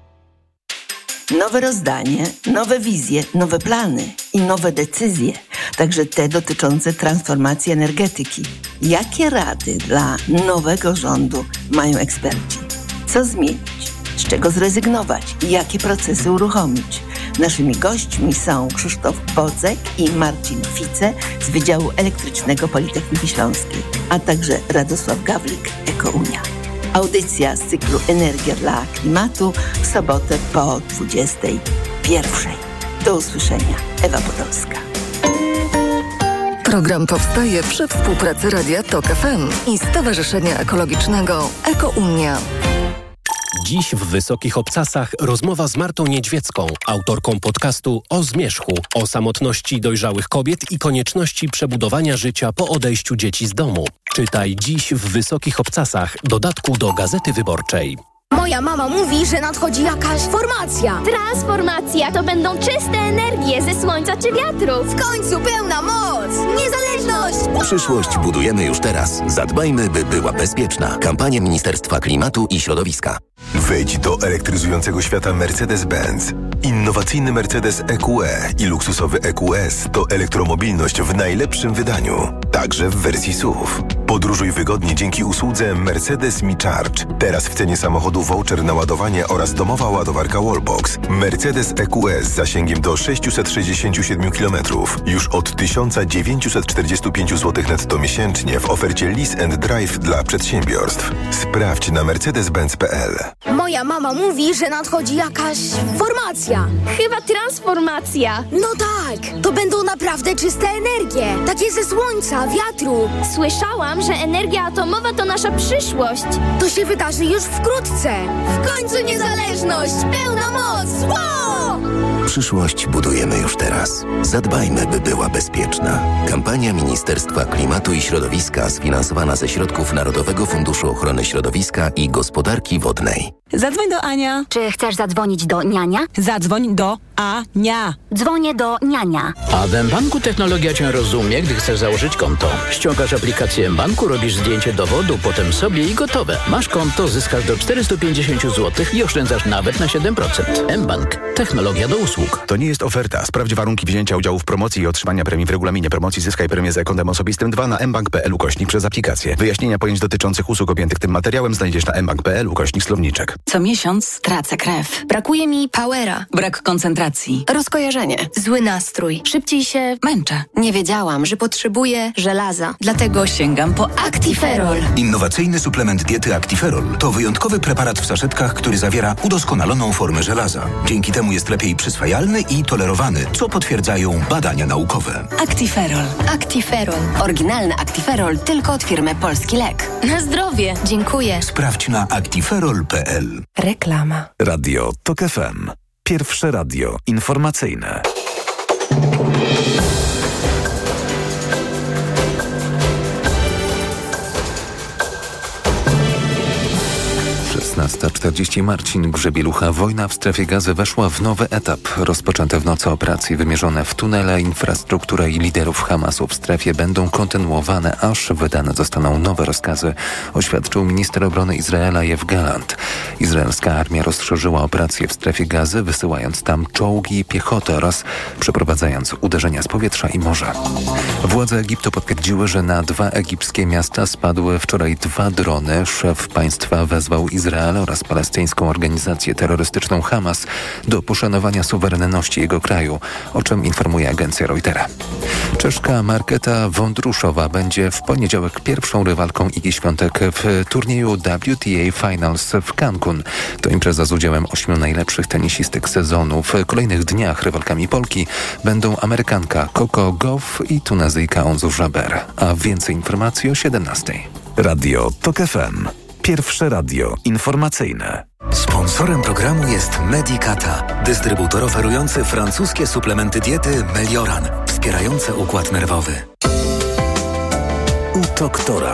Nowe rozdanie, nowe wizje, nowe plany i nowe decyzje, także te dotyczące transformacji energetyki. Jakie rady dla nowego rządu mają eksperci? Co zmienić? Z czego zrezygnować? Jakie procesy uruchomić? Naszymi gośćmi są Krzysztof Bodzek i Marcin Fice z Wydziału Elektrycznego Politechniki Śląskiej, a także Radosław Gawlik, EkoUnia. Audycja z cyklu Energia dla Klimatu w sobotę po dwudziestej pierwszej. Do usłyszenia. Ewa Podolska. Program powstaje przy współpracy Radia TOK F M i Stowarzyszenia Ekologicznego EkoUnia. Dziś w Wysokich Obcasach rozmowa z Martą Niedźwiecką, autorką podcastu o zmierzchu, o samotności dojrzałych kobiet i konieczności przebudowania życia po odejściu dzieci z domu. Czytaj dziś w Wysokich Obcasach, dodatku do Gazety Wyborczej. Moja mama mówi, że nadchodzi jakaś formacja. Transformacja to będą czyste energie ze słońca czy wiatru. W końcu pełna moc! Niezależność! Przyszłość budujemy już teraz. Zadbajmy, by była bezpieczna. Kampania Ministerstwa Klimatu i Środowiska. Wejdź do elektryzującego świata Mercedes-Benz. Innowacyjny Mercedes E Q E i luksusowy E Q S to elektromobilność w najlepszym wydaniu, także w wersji S U V. Podróżuj wygodnie dzięki usłudze Mercedes Me Charge. Teraz w cenie samochodu voucher na ładowanie oraz domowa ładowarka Wallbox. Mercedes E Q S z zasięgiem do sześćset sześćdziesiąt siedem kilometrów. Już od tysiąc dziewięćset czterdzieści pięć złotych netto miesięcznie w ofercie Lease and Drive dla przedsiębiorstw. Sprawdź na mercedes benz kropka p l. Moja mama mówi, że nadchodzi jakaś formacja. Chyba transformacja. No tak, to będą naprawdę czyste energie. Takie ze słońca, wiatru. Słyszałam, że energia atomowa to nasza przyszłość. To się wydarzy już wkrótce. W końcu niezależność, pełna moc. Wow! Przyszłość budujemy już teraz. Zadbajmy, by była bezpieczna. Kampania Ministerstwa Klimatu i Środowiska sfinansowana ze środków Narodowego Funduszu Ochrony Środowiska i Gospodarki Wodnej. Zadzwoń do Ania. Czy chcesz zadzwonić do niania? Zadzwoń do Ania. Dzwonię do niania. A w mBanku technologia Cię rozumie, gdy chcesz założyć konto. Ściągasz aplikację mBanku, robisz zdjęcie dowodu, potem sobie i gotowe. Masz konto, zyskasz do czterysta pięćdziesiąt złotych i oszczędzasz nawet na siedem procent. mBank. Technologia do usług. To nie jest oferta. Sprawdź warunki wzięcia udziału w promocji i otrzymania premii w regulaminie promocji. Zyskaj premię za kontem osobistym dwa na mbank kropka p l ukośnik przez aplikację. Wyjaśnienia pojęć dotyczących usług objętych tym materiałem znajdziesz na mbank kropka p l ukośnik słowniczek. Co miesiąc tracę krew. Brakuje mi powera. Brak koncentracji. Rozkojarzenie. Zły nastrój. Szybciej się męczę. Nie wiedziałam, że potrzebuję żelaza. Dlatego sięgam po Actiferol. Innowacyjny suplement diety Actiferol to wyjątkowy preparat w saszetkach, który zawiera udoskonaloną formę żelaza. Dzięki temu jest lepiej przyswajalny i tolerowany, co potwierdzają badania naukowe. Actiferol. Actiferol. Oryginalny Actiferol tylko od firmy Polski Lek. Na zdrowie. Dziękuję. Sprawdź na actiferol kropka p l. Reklama. Radio TOK F M. Pierwsze radio informacyjne. szesnasta czterdzieści. Marcin Grzebielucha. Wojna w strefie Gazy weszła w nowy etap. Rozpoczęte w nocy operacje wymierzone w tunele, infrastrukturę i liderów Hamasu w strefie będą kontynuowane, aż wydane zostaną nowe rozkazy, oświadczył minister obrony Izraela Yoav Gallant. Izraelska armia rozszerzyła operacje w strefie Gazy, wysyłając tam czołgi i piechotę oraz przeprowadzając uderzenia z powietrza i morza. Władze Egiptu potwierdziły, że na dwa egipskie miasta spadły wczoraj dwa drony. Szef państwa wezwał Izrael oraz palestyńską organizację terrorystyczną Hamas do poszanowania suwerenności jego kraju, o czym informuje agencja Reutera. Czeszka Markéta Wondruszowa będzie w poniedziałek pierwszą rywalką Igi Świątek w turnieju W T A Finals w Cancun. To impreza z udziałem ośmiu najlepszych tenisistek sezonu. W kolejnych dniach rywalkami Polki będą Amerykanka Coco Gauff i Tunezyjka Onzu Jabeur. A więcej informacji o siedemnastej. Radio TOK F M. Pierwsze radio informacyjne. Sponsorem programu jest Medicata, dystrybutor oferujący francuskie suplementy diety Melioran, wspierające układ nerwowy. U doktora.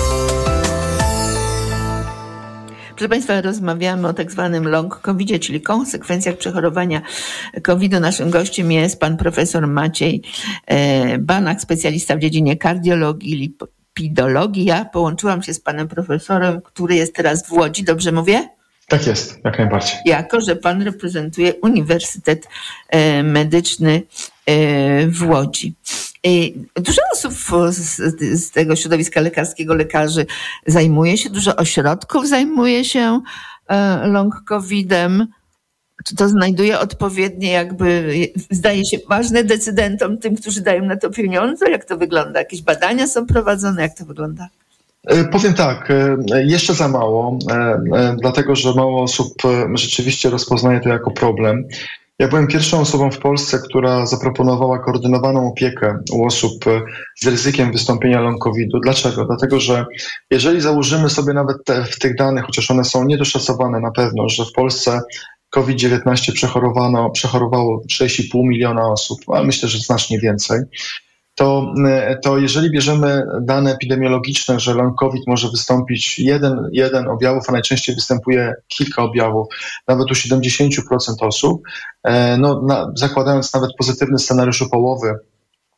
Proszę Państwa, rozmawiamy o tak zwanym long covidzie, czyli konsekwencjach przechorowania kowida. Naszym gościem jest pan profesor Maciej Banach, specjalista w dziedzinie kardiologii, lipidologii. Ja połączyłam się z panem profesorem, który jest teraz w Łodzi. Dobrze mówię? Tak jest, jak najbardziej. Jako, że pan reprezentuje Uniwersytet Medyczny w Łodzi. Dużo osób z, z tego środowiska lekarskiego, lekarzy zajmuje się, dużo ośrodków zajmuje się long covidem. Czy to znajduje odpowiednie, jakby, zdaje się, ważne decydentom, tym, którzy dają na to pieniądze? Jak to wygląda? Jakieś badania są prowadzone? Jak to wygląda? Powiem tak, jeszcze za mało, dlatego że mało osób rzeczywiście rozpoznaje to jako problem. Ja byłem pierwszą osobą w Polsce, która zaproponowała koordynowaną opiekę u osób z ryzykiem wystąpienia long covidu. Dlaczego? Dlatego, że jeżeli założymy sobie nawet te, w tych danych, chociaż one są niedoszacowane na pewno, że w Polsce COVID dziewiętnaście przechorowano, przechorowało sześć i pół miliona osób, a myślę, że znacznie więcej, to, to jeżeli bierzemy dane epidemiologiczne, że long COVID może wystąpić jeden, jeden objawów, a najczęściej występuje kilka objawów, nawet u siedemdziesiąt procent osób, no, na, zakładając nawet pozytywny scenariusz u połowy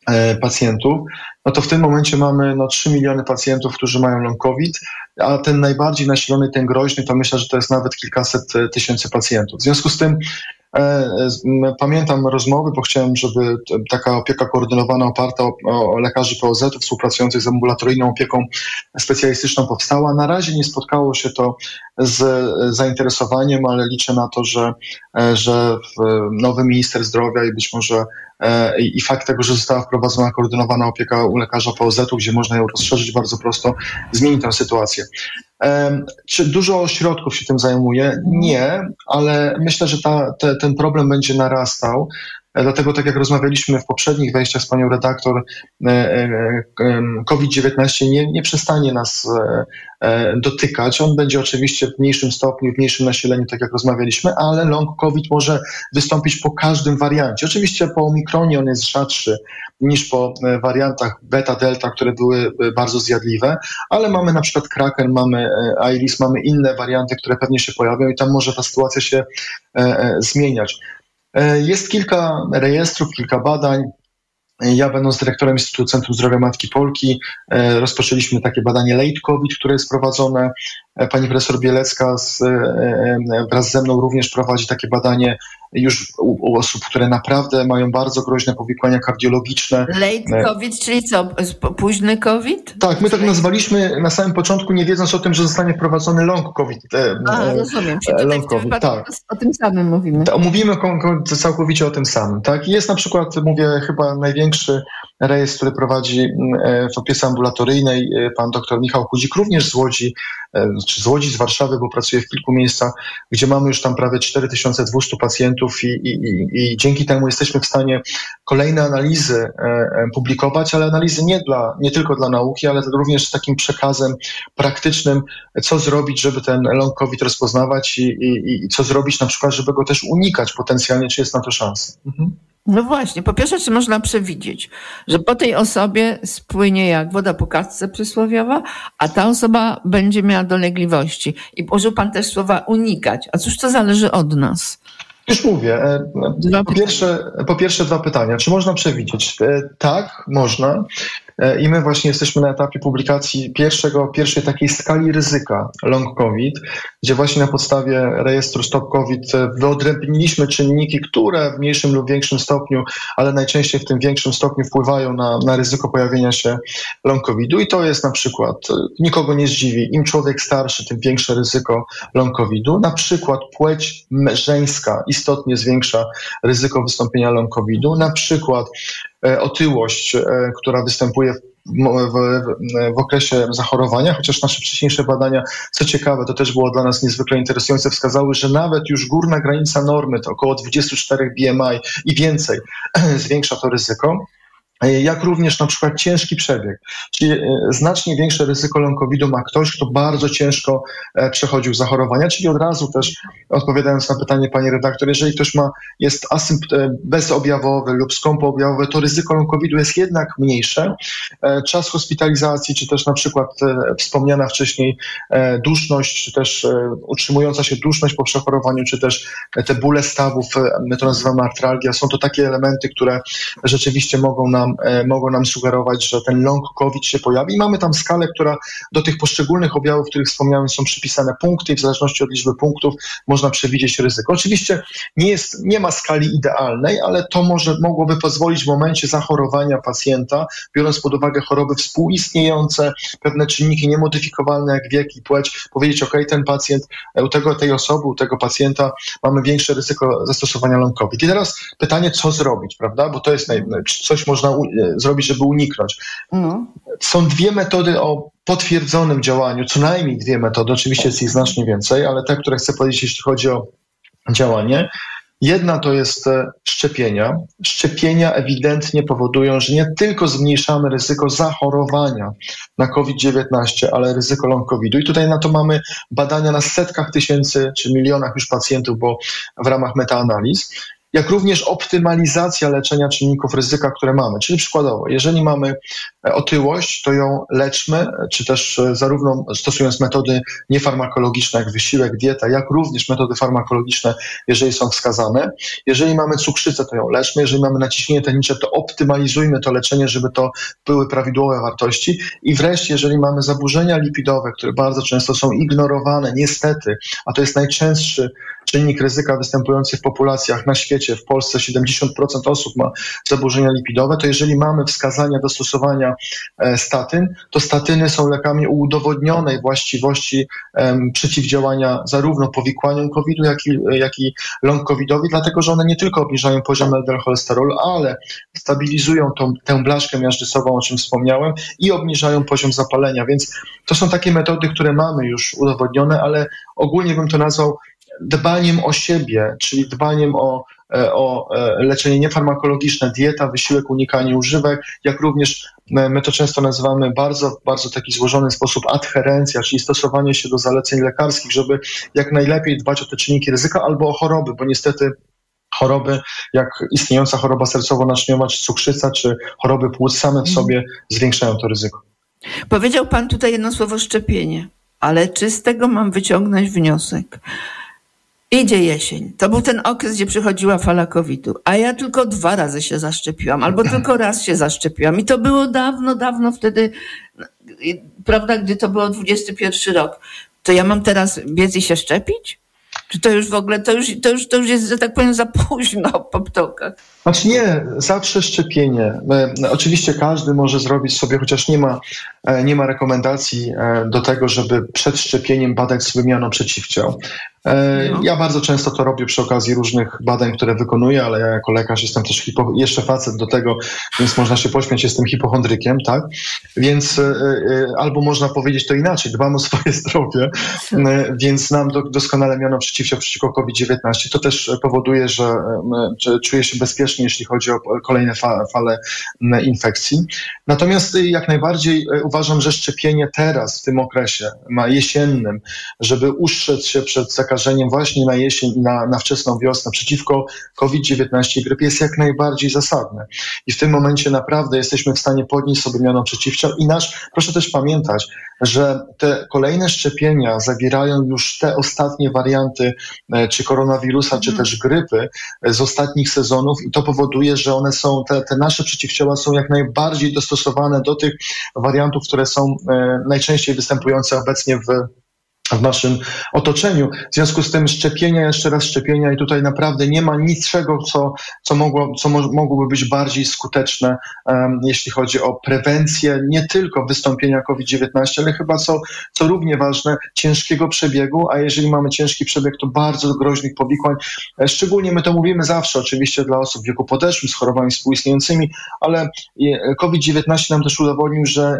pacjentów, no to w tym momencie mamy no, trzy miliony pacjentów, którzy mają long COVID, a ten najbardziej nasilony, ten groźny, to myślę, że to jest nawet kilkaset tysięcy pacjentów. W związku z tym e, pamiętam rozmowy, bo chciałem, żeby taka opieka koordynowana oparta o, o lekarzy P O Z-u współpracujących z ambulatoryjną opieką specjalistyczną powstała. Na razie nie spotkało się to z zainteresowaniem, ale liczę na to, że, że nowy minister zdrowia i być może i fakt tego, że została wprowadzona koordynowana opieka u lekarza P O Z-u, gdzie można ją rozszerzyć bardzo prosto, zmieni tę sytuację. Czy dużo ośrodków się tym zajmuje? Nie, ale myślę, że ta, te, ten problem będzie narastał. Dlatego, tak jak rozmawialiśmy w poprzednich wejściach z panią redaktor, COVID dziewiętnaście nie, nie przestanie nas dotykać. On będzie oczywiście w mniejszym stopniu, w mniejszym nasileniu, tak jak rozmawialiśmy, ale long COVID może wystąpić po każdym wariancie. Oczywiście po omikronie on jest rzadszy niż po wariantach beta, delta, które były bardzo zjadliwe, ale mamy na przykład Kraken, mamy Iris, mamy inne warianty, które pewnie się pojawią i tam może ta sytuacja się zmieniać. Jest kilka rejestrów, kilka badań. Ja, będąc dyrektorem Instytutu Centrum Zdrowia Matki Polki, rozpoczęliśmy takie badanie Late COVID, które jest prowadzone. Pani profesor Bielecka z, wraz ze mną również prowadzi takie badanie już u, u osób, które naprawdę mają bardzo groźne powikłania kardiologiczne. Late COVID, czyli co? Późny COVID? Tak, my tak nazwaliśmy na samym początku, nie wiedząc o tym, że zostanie wprowadzony long COVID. A, rozumiem. Czyli tutaj long w tym COVID, tak. O tym samym mówimy. Ta, mówimy całkowicie o tym samym. Tak? Jest na przykład, mówię, chyba największy rejestr, który prowadzi w opiece ambulatoryjnej pan dr Michał Chudzik, również z Łodzi, czy z Łodzi, z Warszawy, bo pracuje w kilku miejscach, gdzie mamy już tam prawie cztery tysiące dwieście pacjentów i, i, i, i dzięki temu jesteśmy w stanie kolejne analizy e, publikować, ale analizy nie, dla, nie tylko dla nauki, ale również z takim przekazem praktycznym, co zrobić, żeby ten long COVID rozpoznawać i, i, i co zrobić na przykład, żeby go też unikać potencjalnie, czy jest na to szansa. Mhm. No właśnie, po pierwsze, czy można przewidzieć, że po tej osobie spłynie jak woda po kartce przysłowiowa, a ta osoba będzie miała dolegliwości. I użył pan też słowa unikać. A cóż to zależy od nas? Już mówię. Po pierwsze, po pierwsze dwa pytania. Czy można przewidzieć? Tak, można. I my właśnie jesteśmy na etapie publikacji pierwszego, pierwszej takiej skali ryzyka long COVID, gdzie właśnie na podstawie rejestru Stop COVID wyodrębniliśmy czynniki, które w mniejszym lub większym stopniu, ale najczęściej w tym większym stopniu wpływają na, na ryzyko pojawienia się long COVIDu. I to jest na przykład, nikogo nie zdziwi, im człowiek starszy, tym większe ryzyko long COVIDu. Na przykład płeć żeńska istotnie zwiększa ryzyko wystąpienia long COVIDu. Na przykład otyłość, która występuje w, w, w okresie zachorowania, chociaż nasze wcześniejsze badania, co ciekawe, to też było dla nas niezwykle interesujące, wskazały, że nawet już górna granica normy, to około dwadzieścia cztery B M I i więcej, zwiększa to ryzyko. Jak również na przykład ciężki przebieg, czyli znacznie większe ryzyko long COVIDu ma ktoś, kto bardzo ciężko przechodził zachorowania, czyli od razu też odpowiadając na pytanie pani redaktor, jeżeli ktoś ma, jest asympt- bezobjawowy lub skąpoobjawowy, to ryzyko long COVIDu jest jednak mniejsze. Czas hospitalizacji, czy też na przykład wspomniana wcześniej duszność, czy też utrzymująca się duszność po przechorowaniu, czy też te bóle stawów, my to nazywamy artralgia, są to takie elementy, które rzeczywiście mogą nam mogą nam sugerować, że ten long COVID się pojawi. I mamy tam skalę, która do tych poszczególnych objawów, o których wspomniałem, są przypisane punkty i w zależności od liczby punktów można przewidzieć ryzyko. Oczywiście nie jest, nie ma skali idealnej, ale to może mogłoby pozwolić w momencie zachorowania pacjenta, biorąc pod uwagę choroby współistniejące, pewne czynniki niemodyfikowalne jak wiek i płeć, powiedzieć, ok, ten pacjent, u tego, tej osoby, u tego pacjenta mamy większe ryzyko zastosowania long COVID. I teraz pytanie, co zrobić, prawda? Bo to jest naj... coś można u... zrobić, żeby uniknąć. No. Są dwie metody o potwierdzonym działaniu, co najmniej dwie metody, oczywiście jest ich znacznie więcej, ale te, które chcę powiedzieć, jeśli chodzi o działanie. Jedna to jest szczepienia. Szczepienia ewidentnie powodują, że nie tylko zmniejszamy ryzyko zachorowania na COVID dziewiętnaście, ale ryzyko long COVIDu. I tutaj na to mamy badania na setkach tysięcy czy milionach już pacjentów, bo w ramach metaanaliz. jak również optymalizacja leczenia czynników ryzyka, które mamy. Czyli przykładowo, jeżeli mamy otyłość, to ją leczmy, czy też zarówno stosując metody niefarmakologiczne, jak wysiłek, dieta, jak również metody farmakologiczne, jeżeli są wskazane. Jeżeli mamy cukrzycę, to ją leczmy. Jeżeli mamy naciśnienie tętnicze, to optymalizujmy to leczenie, żeby to były prawidłowe wartości. I wreszcie, jeżeli mamy zaburzenia lipidowe, które bardzo często są ignorowane, niestety, a to jest najczęstszy czynnik ryzyka występujący w populacjach na świecie, w Polsce siedemdziesiąt procent osób ma zaburzenia lipidowe, to jeżeli mamy wskazania do stosowania e, statyn, to statyny są lekami o udowodnionej właściwości e, przeciwdziałania zarówno powikłaniom kowida, jak i, jak i long covidowi, dlatego że one nie tylko obniżają poziom L D L cholesterolu, ale stabilizują tą, tę blaszkę miażdżysową, o czym wspomniałem, i obniżają poziom zapalenia, więc to są takie metody, które mamy już udowodnione, ale ogólnie bym to nazwał dbaniem o siebie, czyli dbaniem o, o leczenie niefarmakologiczne, dieta, wysiłek, unikanie używek, jak również my to często nazywamy bardzo, bardzo taki złożony sposób adherencja, czyli stosowanie się do zaleceń lekarskich, żeby jak najlepiej dbać o te czynniki ryzyka albo o choroby, bo niestety choroby, jak istniejąca choroba sercowo-naczyniowa, czy cukrzyca, czy choroby płuc same w sobie zwiększają to ryzyko. Powiedział pan tutaj jedno słowo szczepienie, ale czy z tego mam wyciągnąć wniosek? Idzie jesień. To był ten okres, gdzie przychodziła fala kowida, a ja tylko dwa razy się zaszczepiłam, albo tylko raz się zaszczepiłam. I to było dawno, dawno wtedy, prawda, gdy to było dwudziesty pierwszy rok. To ja mam teraz biec i się szczepić? Czy to już w ogóle, to już, to już, to już jest, że tak powiem, za późno po ptokach? Znaczy nie, zawsze szczepienie. Oczywiście każdy może zrobić sobie, chociaż nie ma, nie ma rekomendacji do tego, żeby przed szczepieniem badać sobie miano przeciwciał. No. Ja bardzo często to robię przy okazji różnych badań, które wykonuję, ale ja jako lekarz jestem też hipo, jeszcze facet do tego, więc można się pośmiać, jestem hipochondrykiem, tak? Więc y, y, albo można powiedzieć to inaczej, dbam o swoje zdrowie, y, więc znam do, doskonale miano przeciwciał przeciwko kowid dziewiętnaście. To też powoduje, że, y, że czuję się bezpiecznie, jeśli chodzi o kolejne fa, fale y, infekcji. Natomiast y, jak najbardziej y, uważam, że szczepienie teraz, w tym okresie ma jesiennym, żeby ustrzec się przed zakażeniem właśnie na jesień i na, na wczesną wiosnę przeciwko kowid dziewiętnaście i grypie jest jak najbardziej zasadne. I w tym momencie naprawdę jesteśmy w stanie podnieść sobie miano przeciwciał i nasz, proszę też pamiętać, że te kolejne szczepienia zawierają już te ostatnie warianty czy koronawirusa, czy też grypy z ostatnich sezonów i to powoduje, że one są, te, te nasze przeciwciała są jak najbardziej dostosowane do tych wariantów, które są e, najczęściej występujące obecnie w w naszym otoczeniu. W związku z tym szczepienia, jeszcze raz szczepienia i tutaj naprawdę nie ma niczego, co, co, mogło, co mo- mogłoby być bardziej skuteczne, um, jeśli chodzi o prewencję nie tylko wystąpienia kowid dziewiętnaście, ale chyba co, co równie ważne, ciężkiego przebiegu, a jeżeli mamy ciężki przebieg, to bardzo groźnych powikłań. Szczególnie my to mówimy zawsze oczywiście dla osób w wieku podeszłym z chorobami współistniejącymi, ale kowid dziewiętnaście nam też udowodnił, że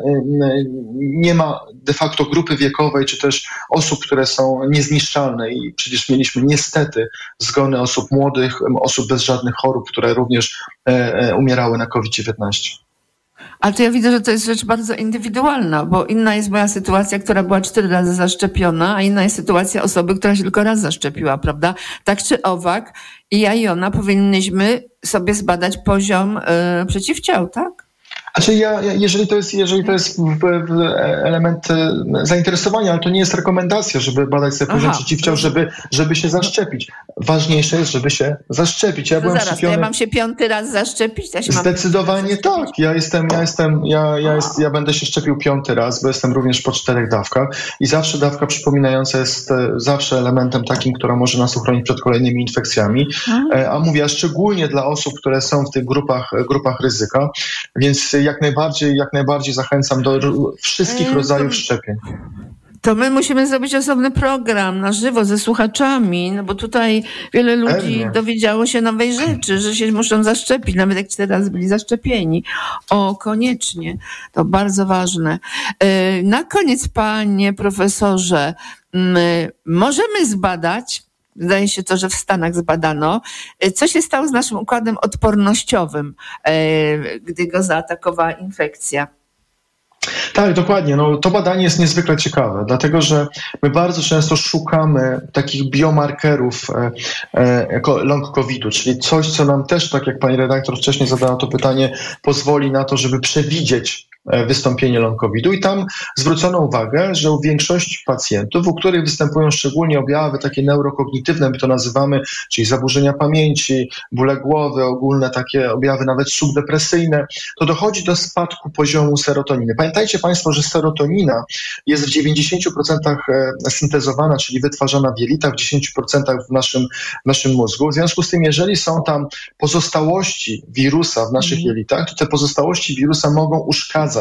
nie ma de facto grupy wiekowej, czy też osób, które są niezniszczalne i przecież mieliśmy niestety zgony osób młodych, osób bez żadnych chorób, które również e, e, umierały na kowid dziewiętnaście. Ale to ja widzę, że to jest rzecz bardzo indywidualna, bo inna jest moja sytuacja, która była cztery razy zaszczepiona, a inna jest sytuacja osoby, która się tylko raz zaszczepiła, prawda? Tak czy owak i ja i ona powinnyśmy sobie zbadać poziom y, przeciwciał, tak? Znaczy ja, jeżeli to jest, jeżeli to jest w, w element zainteresowania, ale to nie jest rekomendacja, żeby badać sobie poziom przeciwciał, żeby, żeby się zaszczepić. Ważniejsze jest, żeby się zaszczepić. Ja byłem zaraz, szczepiony. Ja mam się piąty raz zaszczepić? Ja się Zdecydowanie mam... tak. Ja jestem, ja jestem, ja, ja, jest, ja będę się szczepił piąty raz, bo jestem również po czterech dawkach i zawsze dawka przypominająca jest zawsze elementem takim, która może nas uchronić przed kolejnymi infekcjami. Hmm. A mówię, a szczególnie dla osób, które są w tych grupach, grupach ryzyka, więc jak najbardziej, jak najbardziej zachęcam do wszystkich rodzajów szczepień. To my musimy zrobić osobny program na żywo ze słuchaczami, no bo tutaj wiele ludzi Pewnie. dowiedziało się nowej rzeczy, że się muszą zaszczepić, nawet jak cztery razy byli zaszczepieni. O, koniecznie. To bardzo ważne. Na koniec, panie profesorze, możemy zbadać, wydaje się to, że w Stanach zbadano, co się stało z naszym układem odpornościowym, gdy go zaatakowała infekcja. Tak, dokładnie. No, to badanie jest niezwykle ciekawe, dlatego że my bardzo często szukamy takich biomarkerów e, e, long covidu, czyli coś, co nam też, tak jak pani redaktor wcześniej zadała to pytanie, pozwoli na to, żeby przewidzieć wystąpienie long covidu i tam zwrócono uwagę, że u większości pacjentów, u których występują szczególnie objawy takie neurokognitywne, my to nazywamy, czyli zaburzenia pamięci, bóle głowy, ogólne takie objawy nawet subdepresyjne, to dochodzi do spadku poziomu serotoniny. Pamiętajcie Państwo, że serotonina jest w dziewięćdziesięciu procentach syntezowana, czyli wytwarzana w jelitach, w dziesięciu procentach w naszym, w naszym mózgu. W związku z tym, jeżeli są tam pozostałości wirusa w naszych jelitach, to te pozostałości wirusa mogą uszkadzać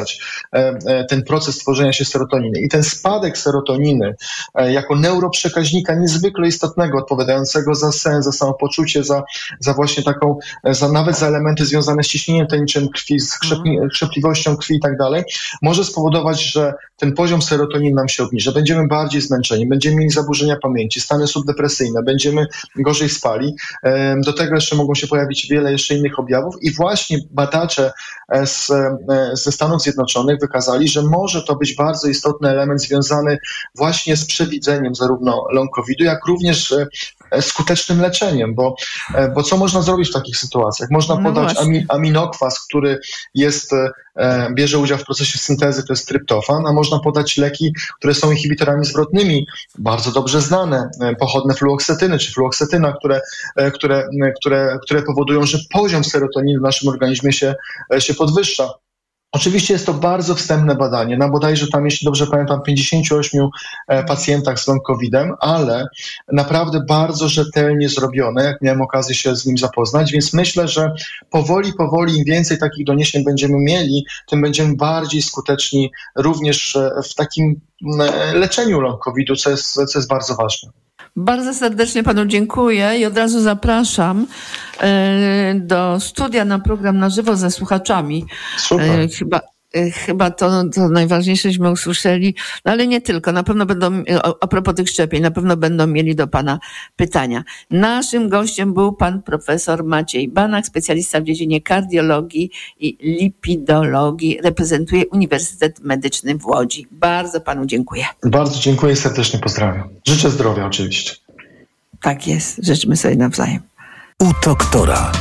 ten proces tworzenia się serotoniny. I ten spadek serotoniny jako neuroprzekaźnika niezwykle istotnego, odpowiadającego za sen, za samopoczucie, za, za właśnie taką, za nawet za elementy związane z ciśnieniem tętniczym krwi, z krzepli- krzepliwością krwi i tak dalej, może spowodować, że ten poziom serotoniny nam się obniży. Będziemy bardziej zmęczeni, będziemy mieli zaburzenia pamięci, stany subdepresyjne, będziemy gorzej spali. Do tego jeszcze mogą się pojawić wiele jeszcze innych objawów i właśnie badacze z, ze Stanów Zjednoczonych wykazali, że może to być bardzo istotny element związany właśnie z przewidzeniem zarówno long covidu, jak również skutecznym leczeniem, bo, bo co można zrobić w takich sytuacjach? Można No podać właśnie. ami, aminokwas, który jest, e, bierze udział w procesie syntezy, to jest tryptofan, a można podać leki, które są inhibitorami zwrotnymi, bardzo dobrze znane, e, pochodne fluoksetyny czy fluoksetyna, które, e, które, e, które, które powodują, że poziom serotoniny w naszym organizmie się, e, się podwyższa. Oczywiście jest to bardzo wstępne badanie, na bodajże tam, jeśli dobrze pamiętam, pięćdziesięciu ośmiu e, pacjentach z long covidem, ale naprawdę bardzo rzetelnie zrobione, jak miałem okazję się z nim zapoznać, więc myślę, że powoli, powoli im więcej takich doniesień będziemy mieli, tym będziemy bardziej skuteczni również e, w takim e, leczeniu long covidu, co jest, co jest bardzo ważne. Bardzo serdecznie panu dziękuję i od razu zapraszam e, do studia na program na żywo ze słuchaczami. Super. E, chyba, e, chyba to, to najważniejsze, żeśmy usłyszeli, no ale nie tylko. Na pewno będą, o, a propos tych szczepień, na pewno będą mieli do pana pytania. Naszym gościem był pan profesor Maciej Banach, specjalista w dziedzinie kardiologii i lipidologii. Reprezentuje Uniwersytet Medyczny w Łodzi. Bardzo panu dziękuję. Bardzo dziękuję i serdecznie pozdrawiam. Życzę zdrowia oczywiście. Tak jest. Życzmy sobie nawzajem. U doktora.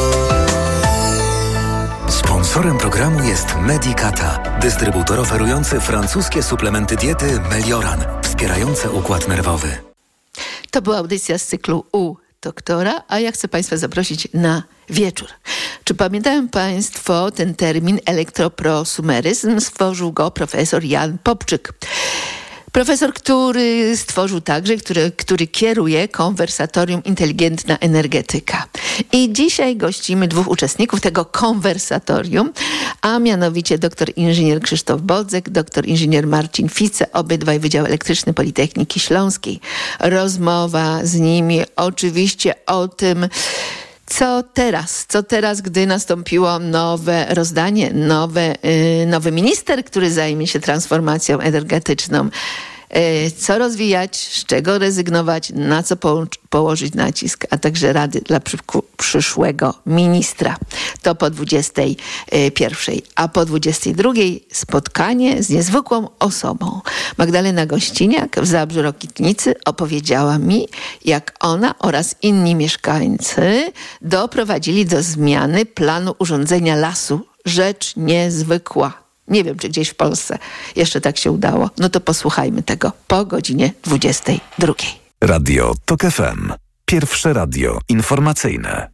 Sponsorem programu jest Medicata, dystrybutor oferujący francuskie suplementy diety Melioran, wspierające układ nerwowy. To była audycja z cyklu U doktora, a ja chcę państwa zaprosić na wieczór. Czy pamiętają państwo ten termin elektroprosumeryzm? Stworzył go profesor Jan Popczyk. Profesor, który stworzył także, który, który kieruje konwersatorium Inteligentna Energetyka. I dzisiaj gościmy dwóch uczestników tego konwersatorium, a mianowicie doktor inżynier Krzysztof Bodzek, doktor inżynier Marcin Fice, obydwaj Wydział Elektryczny Politechniki Śląskiej. Rozmowa z nimi oczywiście o tym, co teraz? Co teraz, gdy nastąpiło nowe rozdanie, nowe, yy, nowy minister, który zajmie się transformacją energetyczną? Yy, co rozwijać, z czego rezygnować, na co połącz- położyć nacisk, a także rady dla przy- przyszłego ministra. To po dwudziestej pierwszej, a po dwudziestej drugiej spotkanie z niezwykłą osobą. Magdalena Gościniak w Zabrzu Rokitnicy opowiedziała mi, jak ona oraz inni mieszkańcy doprowadzili do zmiany planu urządzenia lasu. Rzecz niezwykła. Nie wiem, czy gdzieś w Polsce jeszcze tak się udało. No to posłuchajmy tego po godzinie dwudziestej drugiej. Radio TOK F M. Pierwsze radio informacyjne.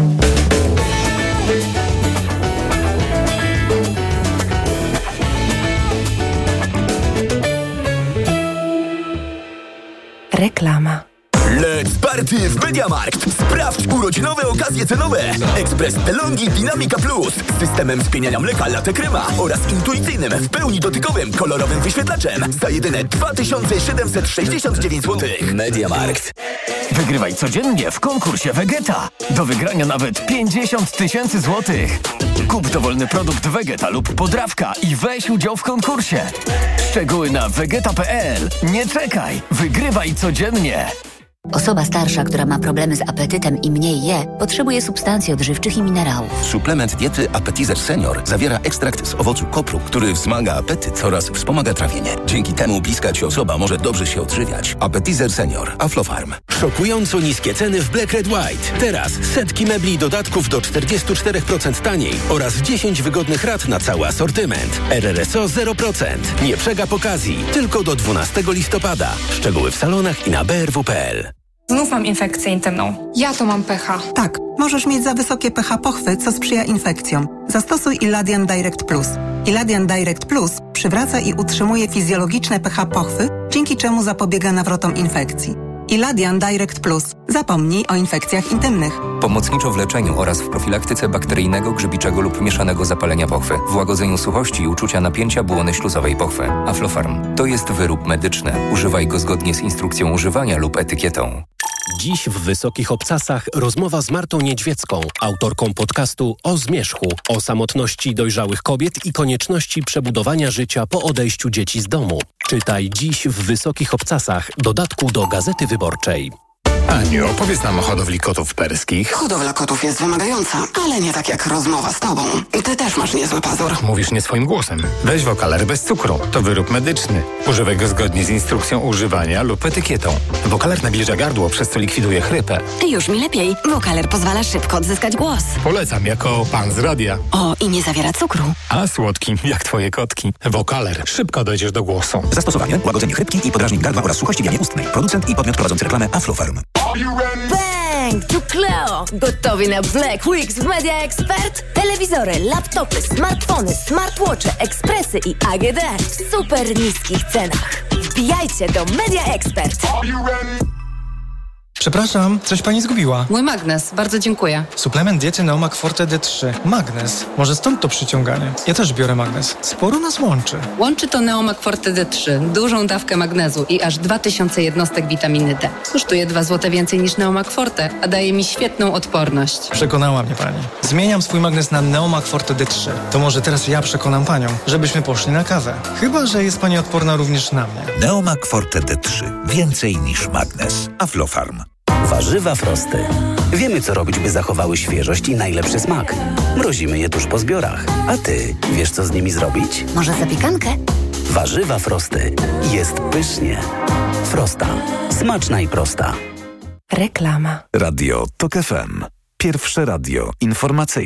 Reklama. Let's party w MediaMarkt! Sprawdź urodzinowe okazje cenowe! Ekspres Delonghi Dynamica Plus z systemem spieniania mleka Latte Crema oraz intuicyjnym, w pełni dotykowym, kolorowym wyświetlaczem za jedyne dwa tysiące siedemset sześćdziesiąt dziewięć złotych. MediaMarkt. Wygrywaj codziennie w konkursie Vegeta. Do wygrania nawet pięćdziesiąt tysięcy złotych. Kup dowolny produkt Vegeta lub podrawka i weź udział w konkursie. Szczegóły na vegeta kropka p l. Nie czekaj, wygrywaj codziennie. Osoba starsza, która ma problemy z apetytem i mniej je, potrzebuje substancji odżywczych i minerałów. Suplement diety Appetizer Senior zawiera ekstrakt z owocu kopru, który wzmaga apetyt oraz wspomaga trawienie. Dzięki temu bliska ci osoba może dobrze się odżywiać. Appetizer Senior. Aflofarm. Szokująco niskie ceny w Black Red White. Teraz setki mebli i dodatków do czterdzieści cztery procent taniej oraz dziesięć wygodnych rat na cały asortyment. R R S O zero procent. Nie przegap okazji. Tylko do dwunastego listopada. Szczegóły w salonach i na b r w kropka p l. Znów mam infekcję intymną. Ja to mam pH. Tak, możesz mieć za wysokie pH pochwy, co sprzyja infekcjom. Zastosuj Iladian Direct Plus. Iladian Direct Plus przywraca i utrzymuje fizjologiczne pH pochwy, dzięki czemu zapobiega nawrotom infekcji. Iladian Direct Plus. Zapomnij o infekcjach intymnych. Pomocniczo w leczeniu oraz w profilaktyce bakteryjnego, grzybiczego lub mieszanego zapalenia pochwy, w łagodzeniu suchości i uczucia napięcia błony śluzowej pochwy. Aflofarm. To jest wyrób medyczny. Używaj go zgodnie z instrukcją używania lub etykietą. Dziś w Wysokich Obcasach rozmowa z Martą Niedźwiecką, autorką podcastu O Zmierzchu, o samotności dojrzałych kobiet i konieczności przebudowania życia po odejściu dzieci z domu. Czytaj dziś w Wysokich Obcasach, dodatku do Gazety Wyborczej. Aniu, opowiedz nam o hodowli kotów perskich. Hodowla kotów jest wymagająca, ale nie tak jak rozmowa z tobą. Ty też masz niezły pazur. Mówisz nie swoim głosem. Weź Wokaler bez cukru. To wyrób medyczny. Używaj go zgodnie z instrukcją używania lub etykietą. Wokaler nawilża gardło, przez co likwiduje chrypę. Już mi lepiej. Wokaler pozwala szybko odzyskać głos. Polecam jako pan z radia. O, i nie zawiera cukru. A słodki, jak twoje kotki. Wokaler. Szybko dojdziesz do głosu. Zastosowanie: łagodzenie chrypki i podrażnień gardła oraz suchości w jamie ustnej. Producent i podmiot prowadzący reklamę Aflofarm. Bang! Tu Cleo! Gotowi na Black Weeks w Media Expert? Telewizory, laptopy, smartfony, smartwatche, ekspresy i A G D w super niskich cenach. Wbijajcie do Media Expert! Przepraszam, coś pani zgubiła. Mój magnes, bardzo dziękuję. Suplement diety Neomak Forte D trzy. Magnes. Może stąd to przyciąganie. Ja też biorę magnes. Sporo nas łączy. Łączy to Neomak Forte D trzy. Dużą dawkę magnezu i aż dwa tysiące jednostek witaminy D. Kosztuje dwa złote więcej niż Neomak Forte, a daje mi świetną odporność. Przekonała mnie pani. Zmieniam swój magnes na Neomak Forte D trzy. To może teraz ja przekonam panią, żebyśmy poszli na kawę. Chyba że jest pani odporna również na mnie. Neomak Forte D trzy. Więcej niż magnes. Aflofarm. Warzywa Frosty. Wiemy, co robić, by zachowały świeżość i najlepszy smak. Mrozimy je tuż po zbiorach. A ty wiesz, co z nimi zrobić? Może zapiekankę? Warzywa Frosty. Jest pysznie. Frosta. Smaczna i prosta. Reklama. Radio TOK F M. Pierwsze radio informacyjne.